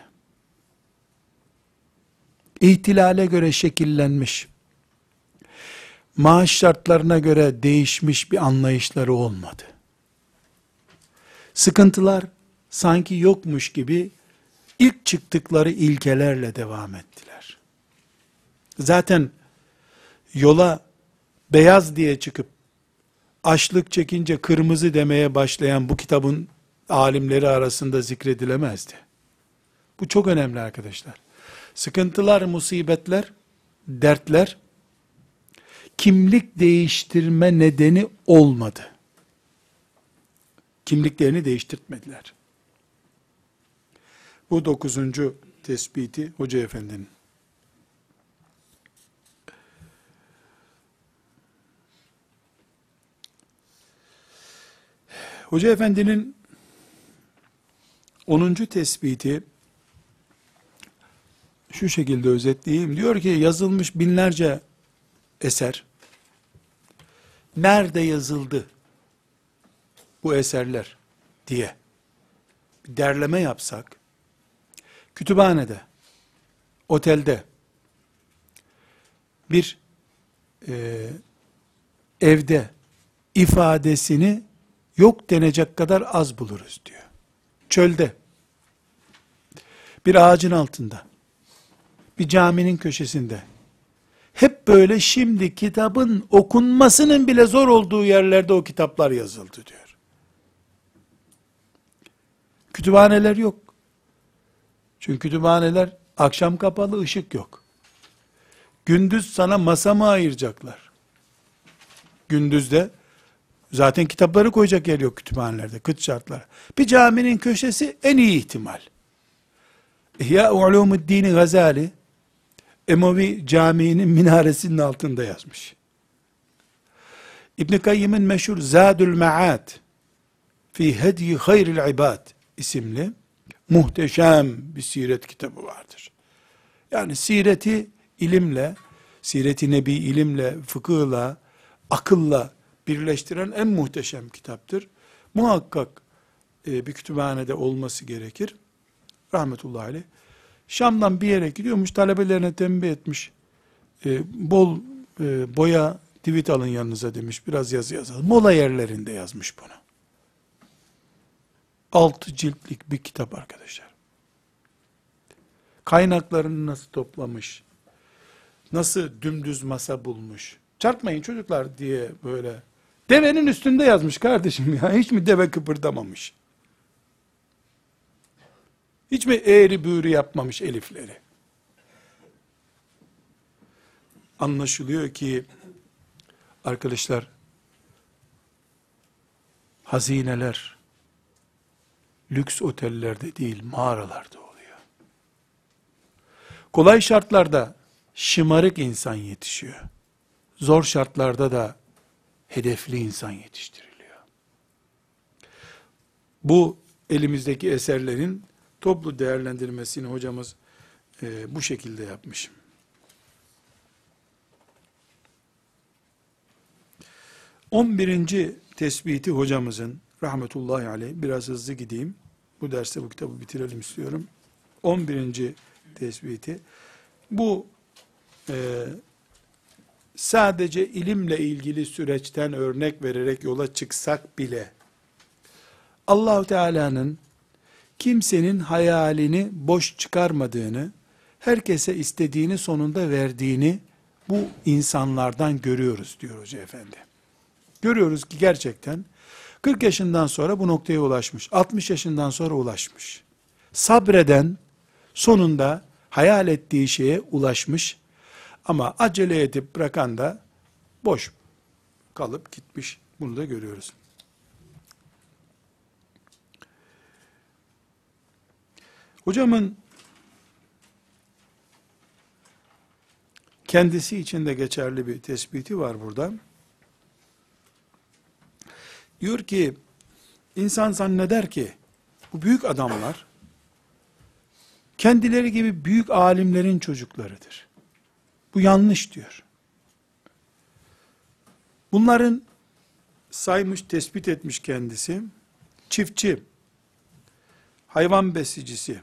İhtilale göre şekillenmiş, maaş şartlarına göre değişmiş bir anlayışları olmadı. Sıkıntılar sanki yokmuş gibi ilk çıktıkları ilkelerle devam ettiler. Zaten yola beyaz diye çıkıp açlık çekince kırmızı demeye başlayan bu kitabın alimleri arasında zikredilemezdi. Bu çok önemli arkadaşlar. Sıkıntılar, musibetler, dertler kimlik değiştirme nedeni olmadı. Kimliklerini değiştirtmediler. Bu dokuzuncu tespiti Hoca Efendi'nin. Hoca Efendi'nin onuncu tespiti şu şekilde özetleyeyim. Diyor ki yazılmış binlerce eser. Nerede yazıldı bu eserler diye bir derleme yapsak, kütüphanede, otelde, bir e, evde ifadesini yok denecek kadar az buluruz diyor. Çölde, bir ağacın altında, bir caminin köşesinde, hep böyle şimdi kitabın okunmasının bile zor olduğu yerlerde o kitaplar yazıldı diyor. Kütüphaneler yok. Çünkü kütüphaneler akşam kapalı, ışık yok. Gündüz sana masa mı ayıracaklar? Gündüzde Zaten kitapları koyacak yer yok kütüphanelerde, kıt şartlar. Bir caminin köşesi en iyi ihtimal. İhya Ulumuddin Gazali, Emevi Camii'nin minaresinin altında yazmış. İbn Kayyim'in meşhur Zadül Me'ad fi Hedyi Hayril İbad isimli muhteşem bir siret kitabı vardır. Yani sireti ilimle, siret-i nebi ilimle, fıkıhla, akılla birleştiren en muhteşem kitaptır. Muhakkak e, bir kütüphanede olması gerekir. Rahmetullahi aleyh. Şam'dan bir yere gidiyormuş, talebelerine tembih etmiş. E, bol e, boya divit alın yanınıza demiş, biraz yazı yazalım. Mola yerlerinde yazmış bunu. Altı ciltlik bir kitap arkadaşlar. Kaynaklarını nasıl toplamış, nasıl dümdüz masa bulmuş. Çarpmayın çocuklar diye böyle. Devenin üstünde yazmış kardeşim ya. Hiç mi deve kıpırdamamış? Hiç mi eğri büğrü yapmamış elifleri? Anlaşılıyor ki arkadaşlar, hazineler lüks otellerde değil, mağaralarda oluyor. Kolay şartlarda şımarık insan yetişiyor. Zor şartlarda da hedefli insan yetiştiriliyor. Bu elimizdeki eserlerin toplu değerlendirmesini hocamız e, bu şekilde yapmış. on birinci tespiti hocamızın rahmetullahi aleyh, biraz hızlı gideyim. Bu derste bu kitabı bitirelim istiyorum. on birinci tespiti, bu e, sadece ilimle ilgili süreçten örnek vererek yola çıksak bile, Allah-u Teala'nın kimsenin hayalini boş çıkarmadığını, herkese istediğini sonunda verdiğini bu insanlardan görüyoruz diyor Hoca Efendi. Görüyoruz ki gerçekten kırk yaşından sonra bu noktaya ulaşmış, altmış yaşından sonra ulaşmış. Sabreden sonunda hayal ettiği şeye ulaşmış ama acele edip bırakan da boş kalıp gitmiş. Bunu da görüyoruz. Hocamın kendisi için de geçerli bir tespiti var burada. Diyor ki, insan zanneder ki bu büyük adamlar kendileri gibi büyük alimlerin çocuklarıdır. Bu yanlış diyor. Bunların saymış, tespit etmiş kendisi, çiftçi, hayvan besicisi,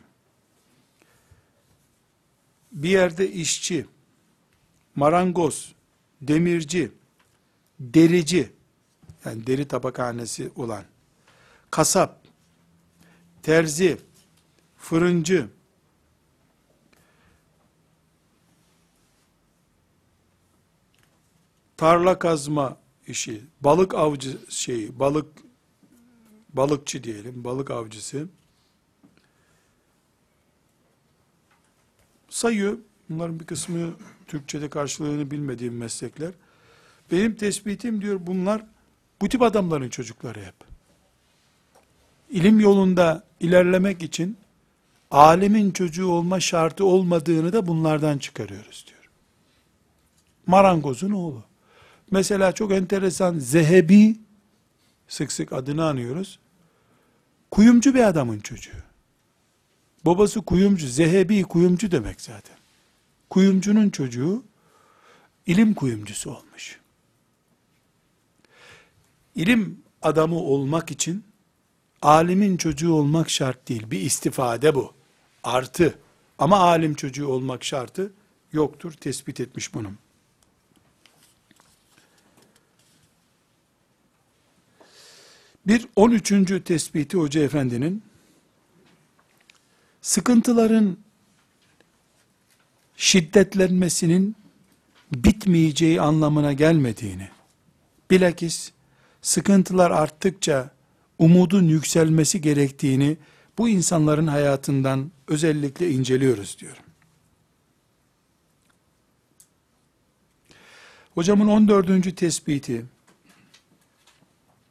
bir yerde işçi, marangoz, demirci, derici, yani deri tabakhanesi olan, kasap, terzi, fırıncı, tarla kazma işi, balık avcı şeyi, balık balıkçı diyelim, balık avcısı sayıyor. Bunların bir kısmı Türkçe'de karşılığını bilmediğim meslekler. Benim tespitim diyor, bunlar bu tip adamların çocukları hep. İlim yolunda ilerlemek için alimin çocuğu olma şartı olmadığını da bunlardan çıkarıyoruz diyor. Marangozun oğlu. Mesela çok enteresan, Zehebi, sık sık adını anıyoruz. Kuyumcu bir adamın çocuğu. Babası kuyumcu, Zehebi kuyumcu demek zaten. Kuyumcunun çocuğu ilim kuyumcusu olmuş. İlim adamı olmak için alimin çocuğu olmak şart değil. Bir istifade bu. Artı. Ama alim çocuğu olmak şartı yoktur. Tespit etmiş bunu. Bir on üçüncü tespiti Hoca Efendi'nin, sıkıntıların şiddetlenmesinin bitmeyeceği anlamına gelmediğini, bilakis sıkıntılar arttıkça umudun yükselmesi gerektiğini bu insanların hayatından özellikle inceliyoruz diyor. Hocamın on dördüncü tespiti,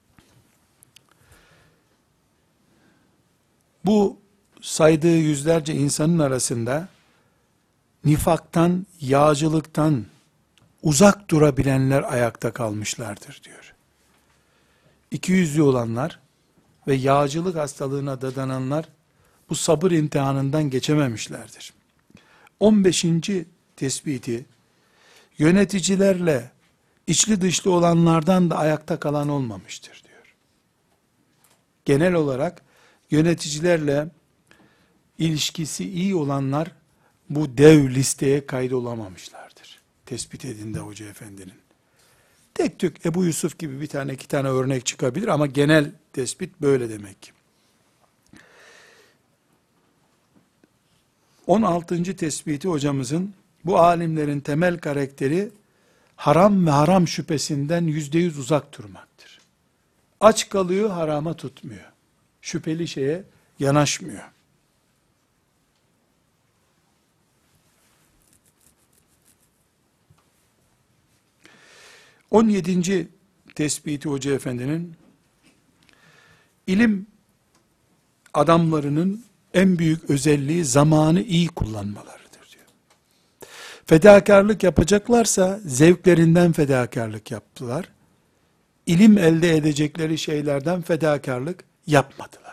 bu saydığı yüzlerce insanın arasında nifaktan, yağcılıktan uzak durabilenler ayakta kalmışlardır diyor. İkiyüzlü olanlar ve yağcılık hastalığına dadananlar bu sabır imtihanından geçememişlerdir. on beşinci tespiti, yöneticilerle içli dışlı olanlardan da ayakta kalan olmamıştır diyor. Genel olarak yöneticilerle ilişkisi iyi olanlar bu dev listeye kaydolamamışlardır. Tespit edinde Hoca Efendi'nin. Tek tük Ebu Yusuf gibi bir tane iki tane örnek çıkabilir ama genel tespit böyle demek ki. on altıncı tespiti hocamızın, bu alimlerin temel karakteri haram ve haram şüphesinden yüzde yüz uzak durmaktır. Aç kalıyor, harama tutmuyor. Şüpheli şeye yanaşmıyor. on yedinci tespiti Hoca Efendi'nin, ilim adamlarının en büyük özelliği zamanı iyi kullanmalarıdır diyor. Fedakarlık yapacaklarsa zevklerinden fedakarlık yaptılar. İlim elde edecekleri şeylerden fedakarlık yapmadılar.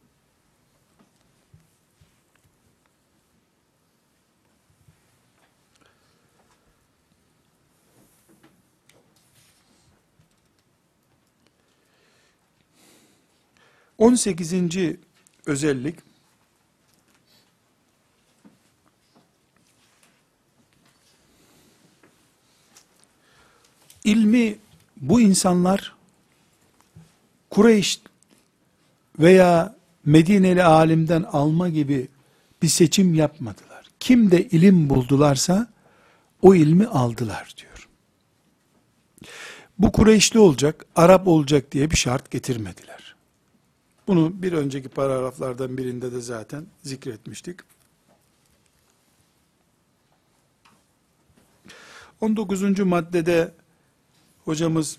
on sekizinci özellik, ilmi bu insanlar Kureyş veya Medineli alimden alma gibi bir seçim yapmadılar. Kim de ilim buldularsa o ilmi aldılar diyor. Bu Kureyşli olacak, Arap olacak diye bir şart getirmediler. Bunu bir önceki paragraflardan birinde de zaten zikretmiştik. on dokuzuncu maddede hocamız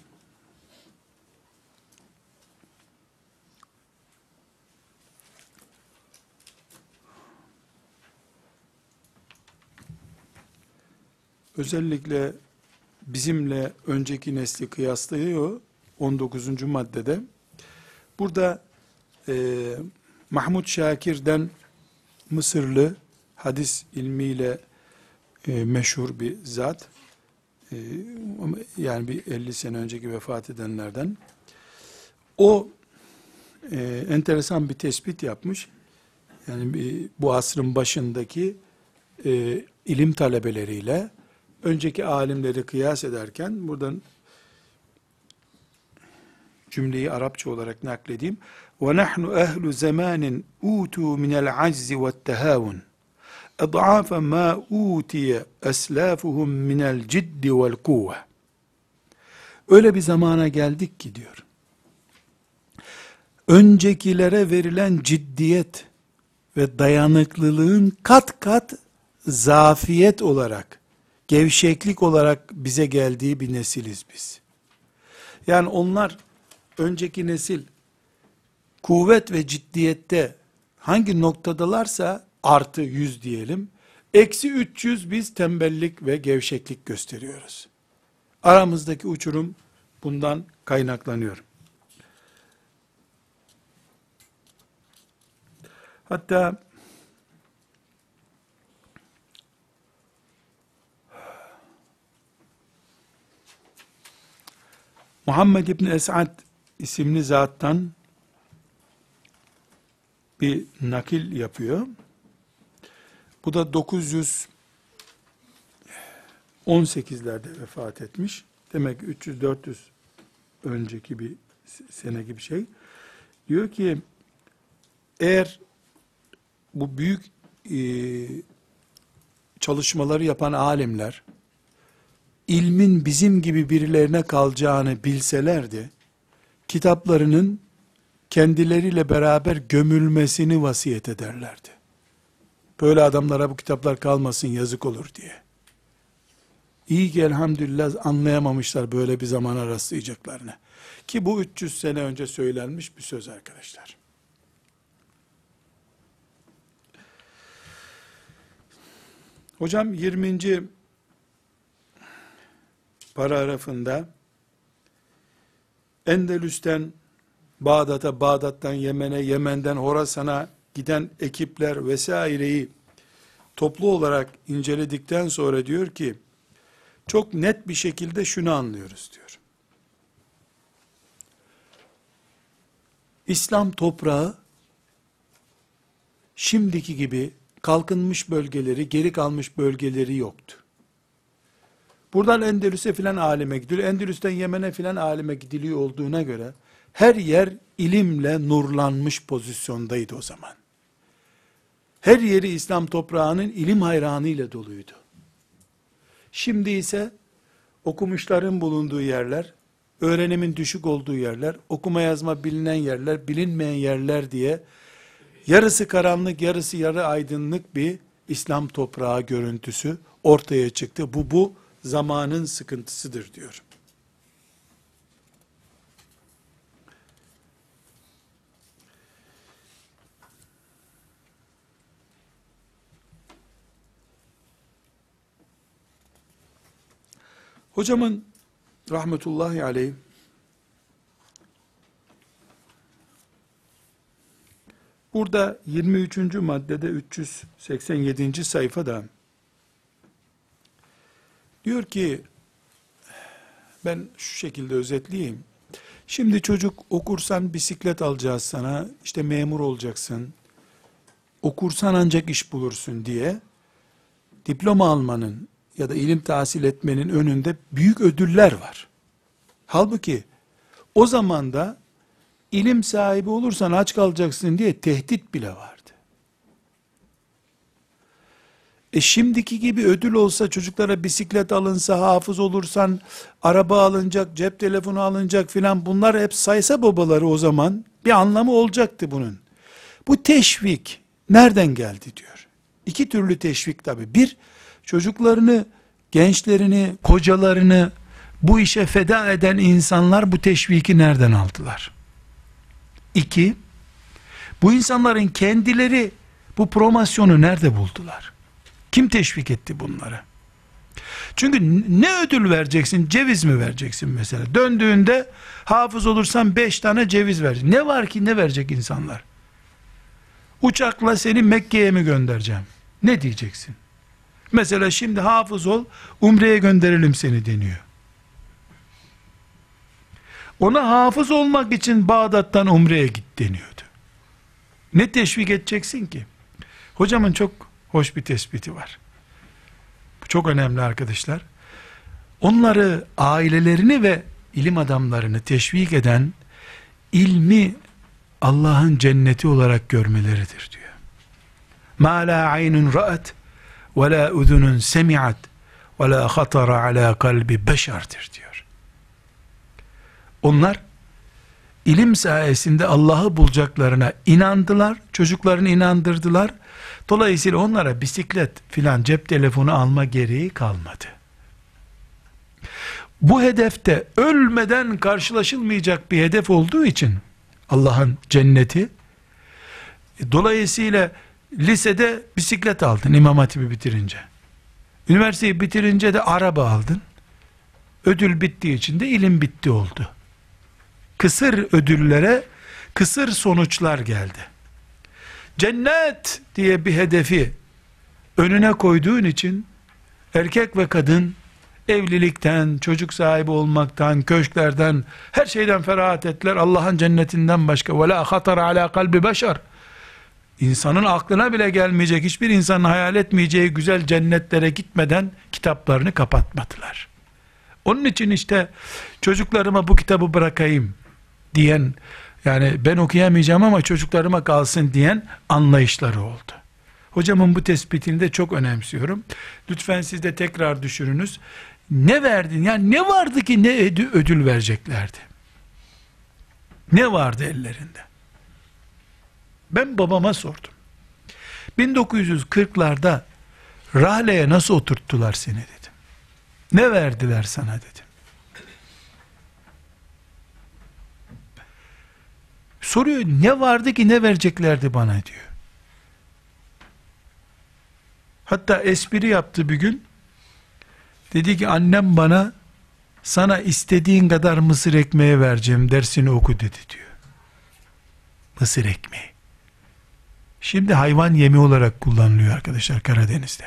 özellikle bizimle önceki nesli kıyaslıyor on dokuzuncu maddede. Burada e, Mahmud Şakir'den, Mısırlı hadis ilmiyle e, meşhur bir zat, e, yani bir elli sene önceki vefat edenlerden, o e, enteresan bir tespit yapmış. Yani bir, bu asrın başındaki e, ilim talebeleriyle önceki alimleri kıyas ederken, buradan cümleyi Arapça olarak nakledeyim. وَنَحْنُ أَهْلُ زَمَانٍ اُوتُوا مِنَ الْعَجْزِ وَالتَّهَاوُنِ اَضْعَافَ مَا اُوتِيَ أَسْلَافُهُمْ مِنَ الْجِدِّ وَالْقُوَّةِ. Öyle bir zamana geldik ki diyor, öncekilere verilen ciddiyet ve dayanıklılığın kat kat zafiyet olarak, gevşeklik olarak bize geldiği bir nesiliz biz. Yani onlar, önceki nesil kuvvet ve ciddiyette hangi noktadalarsa artı yüz diyelim, eksi üç yüz biz tembellik ve gevşeklik gösteriyoruz. Aramızdaki uçurum bundan kaynaklanıyor. Hatta Muhammed İbni Es'ad isimli zattan bir nakil yapıyor. Bu da dokuz yüz on sekizlerde vefat etmiş. Demek ki üç yüz dört yüz önceki bir sene gibi şey. Diyor ki, eğer bu büyük e, çalışmaları yapan alimler ilmin bizim gibi birilerine kalacağını bilselerdi, kitaplarının kendileriyle beraber gömülmesini vasiyet ederlerdi. Böyle adamlara bu kitaplar kalmasın, yazık olur diye. İyi ki elhamdülillah anlayamamışlar böyle bir zamana rastlayacaklarını. Ki bu üç yüz sene önce söylenmiş bir söz arkadaşlar. Hocam yirminci paragrafında Endülüs'ten Bağdat'a, Bağdat'tan Yemen'e, Yemen'den Horasan'a giden ekipler vesaireyi toplu olarak inceledikten sonra diyor ki, çok net bir şekilde şunu anlıyoruz diyor. İslam toprağı şimdiki gibi kalkınmış bölgeleri, geri kalmış bölgeleri yoktu. Buradan Endülüs'e filan aleme gidiliyor. Endülüs'ten Yemen'e filan aleme gidiliyor olduğuna göre her yer ilimle nurlanmış pozisyondaydı o zaman. Her yeri İslam toprağının ilim hayranıyla doluydu. Şimdi ise okumuşların bulunduğu yerler, öğrenimin düşük olduğu yerler, okuma yazma bilinen yerler, bilinmeyen yerler diye yarısı karanlık, yarısı yarı aydınlık bir İslam toprağı görüntüsü ortaya çıktı. Bu, bu zamanın sıkıntısıdır diyor. Hocamın rahmetullahi aleyh burada yirmi üçüncü maddede üç yüz seksen yedinci sayfada diyor ki, ben şu şekilde özetleyeyim. Şimdi çocuk okursan bisiklet alacağız sana, işte memur olacaksın, okursan ancak iş bulursun diye diploma almanın ya da ilim tahsil etmenin önünde büyük ödüller var. Halbuki o zaman da ilim sahibi olursan aç kalacaksın diye tehdit bile vardı. E şimdiki gibi ödül olsa, çocuklara bisiklet alınsa, hafız olursan araba alınacak, cep telefonu alınacak filan, bunlar hep saysa babaları o zaman bir anlamı olacaktı bunun. Bu teşvik nereden geldi diyor. İki türlü teşvik tabi. Bir, çocuklarını, gençlerini, kocalarını bu işe feda eden insanlar bu teşviki nereden aldılar? İki, bu insanların kendileri bu promosyonu nerede buldular? Kim teşvik etti bunları? Çünkü ne ödül vereceksin? Ceviz mi vereceksin mesela? Döndüğünde hafız olursan beş tane ceviz verecek. Ne var ki ne verecek insanlar? Uçakla seni Mekke'ye mi göndereceğim? Ne diyeceksin? Mesela şimdi hafız ol, umreye gönderelim seni deniyor. Ona hafız olmak için Bağdat'tan umreye git deniyordu. Ne teşvik edeceksin ki? Hocamın çok hoş bir tespiti var. Bu çok önemli arkadaşlar. Onları, ailelerini ve ilim adamlarını teşvik eden ilmi Allah'ın cenneti olarak görmeleridir diyor. Ma la aynun ra'at ve la uzunun semi'at ve la hatara ala kalbi beşerdir diyor. Onlar ilim sayesinde Allah'ı bulacaklarına inandılar, çocuklarını inandırdılar. Dolayısıyla onlara bisiklet filan, cep telefonu alma gereği kalmadı. Bu hedefte ölmeden karşılaşılmayacak bir hedef olduğu için Allah'ın cenneti, dolayısıyla lisede bisiklet aldın İmam Hatip'i bitirince, üniversiteyi bitirince de araba aldın, ödül bittiği için de ilim bitti oldu. Kısır ödüllere kısır sonuçlar geldi. Cennet diye bir hedefi önüne koyduğun için erkek ve kadın evlilikten, çocuk sahibi olmaktan, köşklerden, her şeyden ferahat ettiler. Allah'ın cennetinden başka ve la hatara ala kalbi beşer, İnsanın aklına bile gelmeyecek, hiçbir insanın hayal etmeyeceği güzel cennetlere gitmeden kitaplarını kapatmadılar. Onun için işte çocuklarıma bu kitabı bırakayım diyen, yani ben okuyamayacağım ama çocuklarıma kalsın diyen anlayışları oldu. Hocamın bu tespitini de çok önemsiyorum. Lütfen siz de tekrar düşününüz. Ne verdin? Yani ne vardı ki ne ödül vereceklerdi? Ne vardı ellerinde? Ben babama sordum. bin dokuz yüz kırklarda rahleye nasıl oturttular seni dedim. Ne verdiler sana dedim. Soruyor, ne vardı ki ne vereceklerdi bana diyor. Hatta espri yaptı bir gün. Dedi ki annem bana sana istediğin kadar mısır ekmeği vereceğim, dersini oku dedi diyor. Mısır ekmeği. Şimdi hayvan yemi olarak kullanılıyor arkadaşlar Karadeniz'de.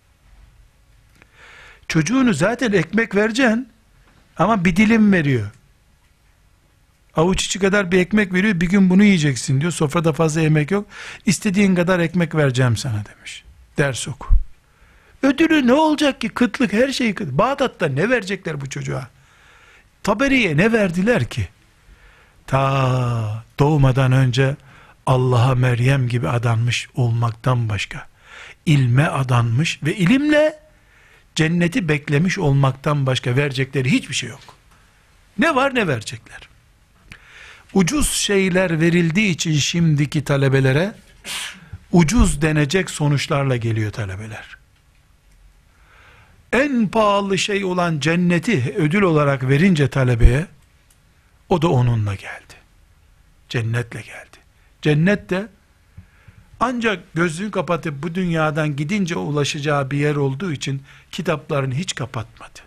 Çocuğunu zaten ekmek vereceksin ama bir dilim veriyor. Avuç içi kadar bir ekmek veriyor, bir gün bunu yiyeceksin diyor. Sofrada fazla yemek yok. İstediğin kadar ekmek vereceğim sana demiş. Ders oku. Ödülü ne olacak ki? Kıtlık, her şey kıtlık. Bağdat'ta ne verecekler bu çocuğa? Taberi'ye ne verdiler ki? Ta doğmadan önce Allah'a Meryem gibi adanmış olmaktan başka, ilme adanmış ve ilimle cenneti beklemiş olmaktan başka verecekleri hiçbir şey yok. Ne var ne verecekler? Ucuz şeyler verildiği için şimdiki talebelere ucuz denecek sonuçlarla geliyor talebeler. En pahalı şey olan cenneti ödül olarak verince talebeye, o da onunla geldi. Cennetle geldi. Cennet de ancak gözünü kapatıp bu dünyadan gidince ulaşacağı bir yer olduğu için kitaplarını hiç kapatmadı.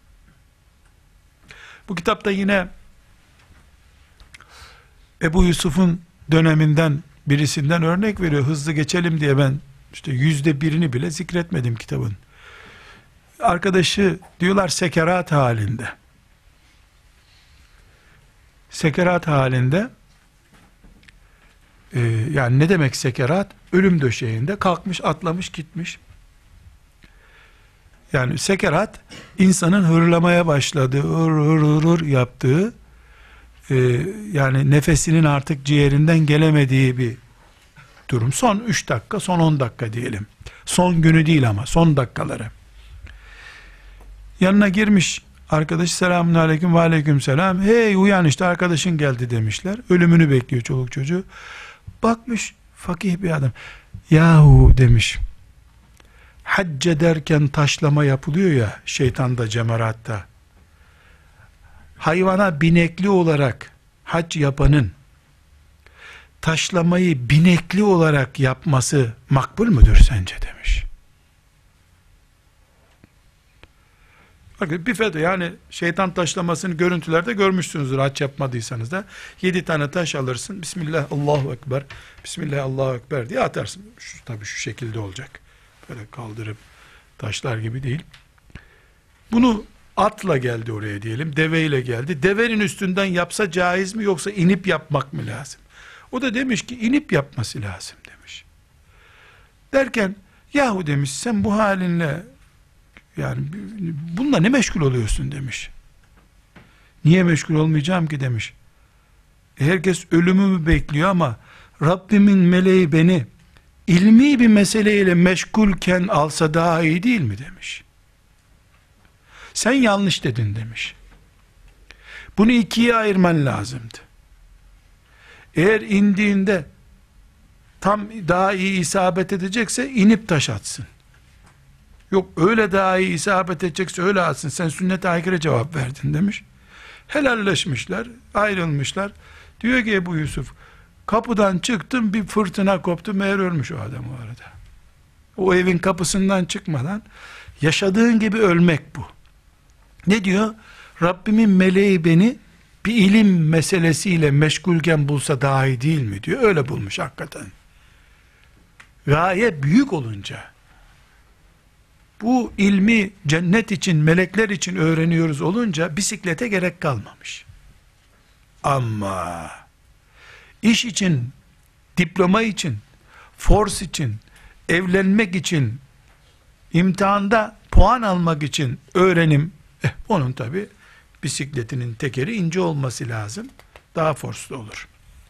Bu kitapta yine Ebu Yusuf'un döneminden birisinden örnek veriyor. Hızlı geçelim diye ben işte yüzde birini bile zikretmedim kitabın. Arkadaşı diyorlar sekerat halinde. Sekerat halinde e, yani ne demek sekerat? Ölüm döşeğinde kalkmış, atlamış, gitmiş. Yani sekerat insanın hırlamaya başladığı, hır hır hır hır yaptığı, e, yani nefesinin artık ciğerinden gelemediği bir durum. Son üç dakika, son on dakika diyelim. Son günü değil ama son dakikaları. Yanına girmiş arkadaş, selamun aleyküm ve aleyküm selam. Hey uyan işte arkadaşın geldi demişler. Ölümünü bekliyor çoluk çocuğu. Bakmış fakih bir adam. Yahu demiş. Hac ederken taşlama yapılıyor ya şeytanda, cemaratta. Hayvana binekli olarak hac yapanın taşlamayı binekli olarak yapması makbul müdür sence demiş. Bakın bir fetva, yani şeytan taşlamasını görüntülerde görmüşsünüzdür hac yapmadıysanız da. Yedi tane taş alırsın. Bismillah Allahu Ekber. Bismillah Allahu Ekber diye atarsın. Şu, tabii şu şekilde olacak. Böyle kaldırıp taşlar gibi değil. Bunu atla geldi oraya diyelim. Deveyle geldi. Devenin üstünden yapsa caiz mi yoksa inip yapmak mı lazım? O da demiş ki inip yapması lazım demiş. Derken yahu demiş sen bu halinle yani bununla ne meşgul oluyorsun demiş. Niye meşgul olmayacağım ki demiş. Herkes ölümümü bekliyor ama Rabbimin meleği beni ilmi bir meseleyle meşgulken alsa daha iyi değil mi demiş. Sen yanlış dedin demiş. Bunu ikiye ayırman lazımdı. Eğer indiğinde tam daha iyi isabet edecekse inip taş atsın. Yok öyle daha iyi isabet edecekse öyle atsın. Sen sünnete aykırı cevap verdin demiş. Helalleşmişler, ayrılmışlar. Diyor ki Ebu Yusuf, kapıdan çıktım bir fırtına koptu, meğer ölmüş o adam o arada. O evin kapısından çıkmadan yaşadığın gibi ölmek bu. Ne diyor? Rabbimin meleği beni bir ilim meselesiyle meşgulken bulsa daha iyi değil mi diyor. Öyle bulmuş hakikaten. Gaye büyük olunca, bu ilmi cennet için, melekler için öğreniyoruz olunca bisiklete gerek kalmamış. Ama iş için, diploma için, fors için, evlenmek için, imtihanda puan almak için öğrenim, eh, onun tabi bisikletinin tekeri ince olması lazım. Daha forslu olur.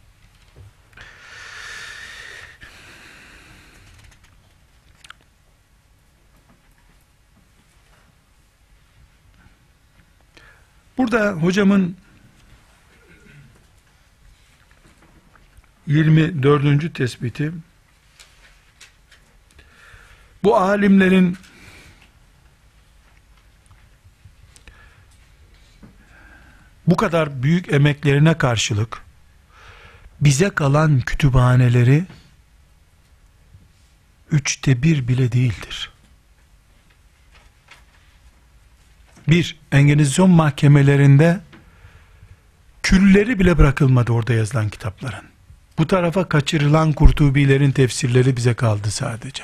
Burada hocamın yirmi dördüncü tespiti, bu alimlerin bu kadar büyük emeklerine karşılık bize kalan kütüphaneleri üçte bir bile değildir. Bir, Engizisyon mahkemelerinde külleri bile bırakılmadı orada yazılan kitapların. Bu tarafa kaçırılan Kurtubilerin tefsirleri bize kaldı sadece.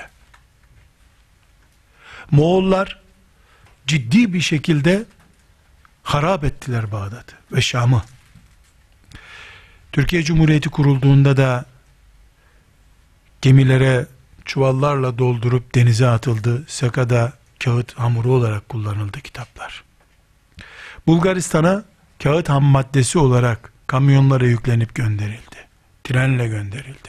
Moğollar ciddi bir şekilde harap ettiler Bağdat'ı ve Şam'ı. Türkiye Cumhuriyeti kurulduğunda da gemilere çuvallarla doldurup denize atıldı. Sekada kağıt hamuru olarak kullanıldı kitaplar. Bulgaristan'a kağıt ham maddesi olarak kamyonlara yüklenip gönderildi. Trenle gönderildi.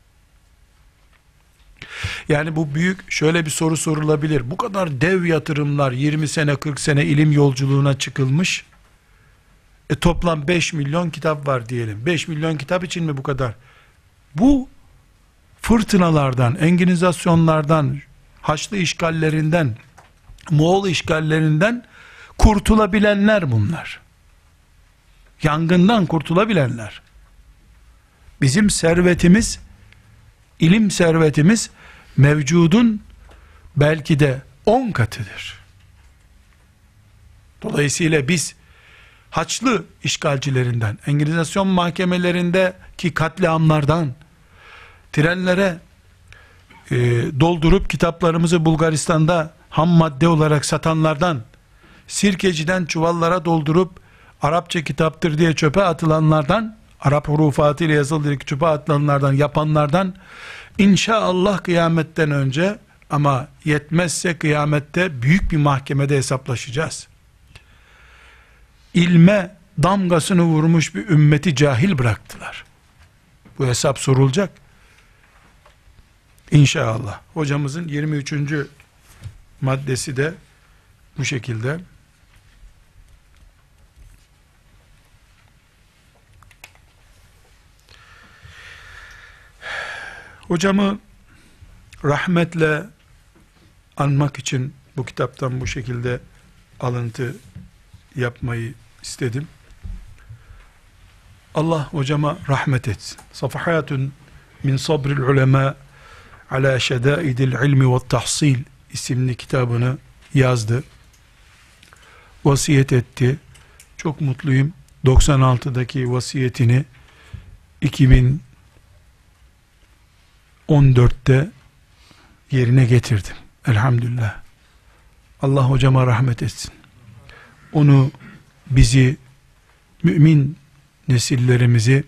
Yani bu büyük, şöyle bir soru sorulabilir. Bu kadar dev yatırımlar, yirmi sene kırk sene ilim yolculuğuna çıkılmış. E toplam beş milyon kitap var diyelim. beş milyon kitap için mi bu kadar? Bu fırtınalardan, enginizasyonlardan, Haçlı işgallerinden, Moğol işgallerinden kurtulabilenler bunlar. Yangından kurtulabilenler. Bizim servetimiz, ilim servetimiz mevcudun belki de on katıdır. Dolayısıyla biz Haçlı işgalcilerinden, Engizisyon mahkemelerindeki katliamlardan, trenlere e, doldurup kitaplarımızı Bulgaristan'da ham madde olarak satanlardan, sirkeciden çuvallara doldurup Arapça kitaptır diye çöpe atılanlardan, Arap hurufatıyla yazılı diye çöpe atılanlardan, yapanlardan inşallah kıyametten önce, ama yetmezse kıyamette büyük bir mahkemede hesaplaşacağız. İlme damgasını vurmuş bir ümmeti cahil bıraktılar. Bu hesap sorulacak. İnşallah. Hocamızın yirmi üçüncü maddesi de bu şekilde. Hocamı rahmetle anmak için bu kitaptan bu şekilde alıntı yapmayı istedim. Allah hocama rahmet etsin. Safahatun min sabril ulema ala şedaidil ilmi ve tahsil isimli kitabını yazdı. Vasiyet etti. Çok mutluyum. doksan altıdaki vasiyetini iki bin on dörtte yerine getirdim. Elhamdülillah. Allah hocama rahmet etsin. Onu, bizi, mümin nesillerimizi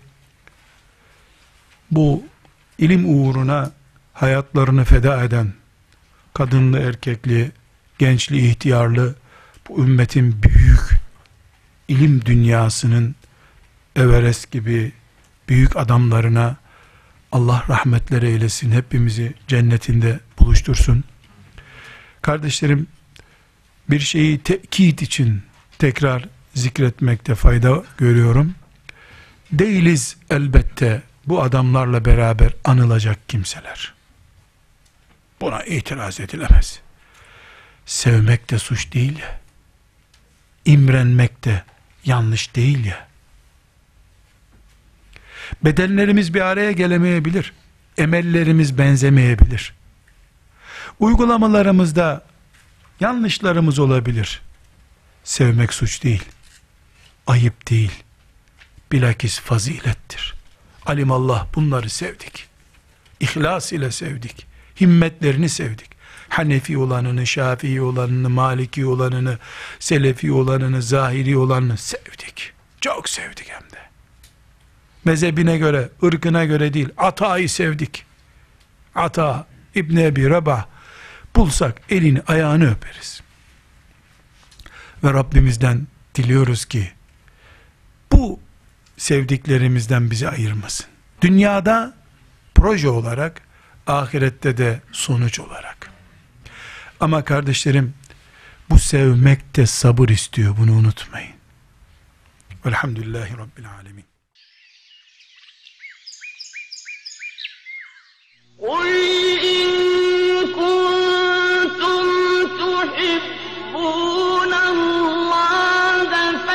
bu ilim uğruna hayatlarını feda eden, kadınlı, erkekli, gençli, ihtiyarlı, bu ümmetin büyük ilim dünyasının Everest gibi büyük adamlarına Allah rahmetler eylesin, hepimizi cennetinde buluştursun. Kardeşlerim, bir şeyi tekit için tekrar zikretmekte fayda görüyorum. Değiliz elbette bu adamlarla beraber anılacak kimseler. Buna itiraz edilemez. Sevmek de suç değil ya. İmrenmek de yanlış değil ya. Bedenlerimiz bir araya gelemeyebilir. Emellerimiz benzemeyebilir. Uygulamalarımızda yanlışlarımız olabilir. Sevmek suç değil. Ayıp değil. Bilakis fazilettir. Alimallah, bunları sevdik. İhlas ile sevdik. Himmetlerini sevdik. Hanefi olanını, Şafii olanını, Maliki olanını, Selefi olanını, Zahiri olanını sevdik. Çok sevdik hem de. Mezhebine göre, ırkına göre değil, Ata'yı sevdik. Ata, İbn Ebi Rabah, bulsak elini ayağını öperiz. Ve Rabbimizden diliyoruz ki, bu sevdiklerimizden bizi ayırmasın. Dünyada proje olarak, ahirette de sonuç olarak. Ama kardeşlerim, bu sevmekte sabır istiyor, bunu unutmayın. Velhamdülillahi Rabbil alemin. قُلْ إِن كُنتُمْ تُحِبُّونَ اللَّهَ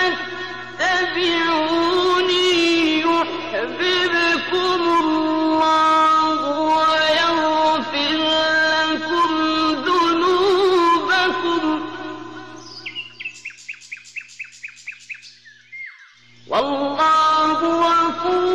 فَاتَّبِعُونِي يُحْبِبْكُمُ اللَّهُ وَيَغْفِرْ لَكُمْ ذُنُوبَكُمْ والله غفور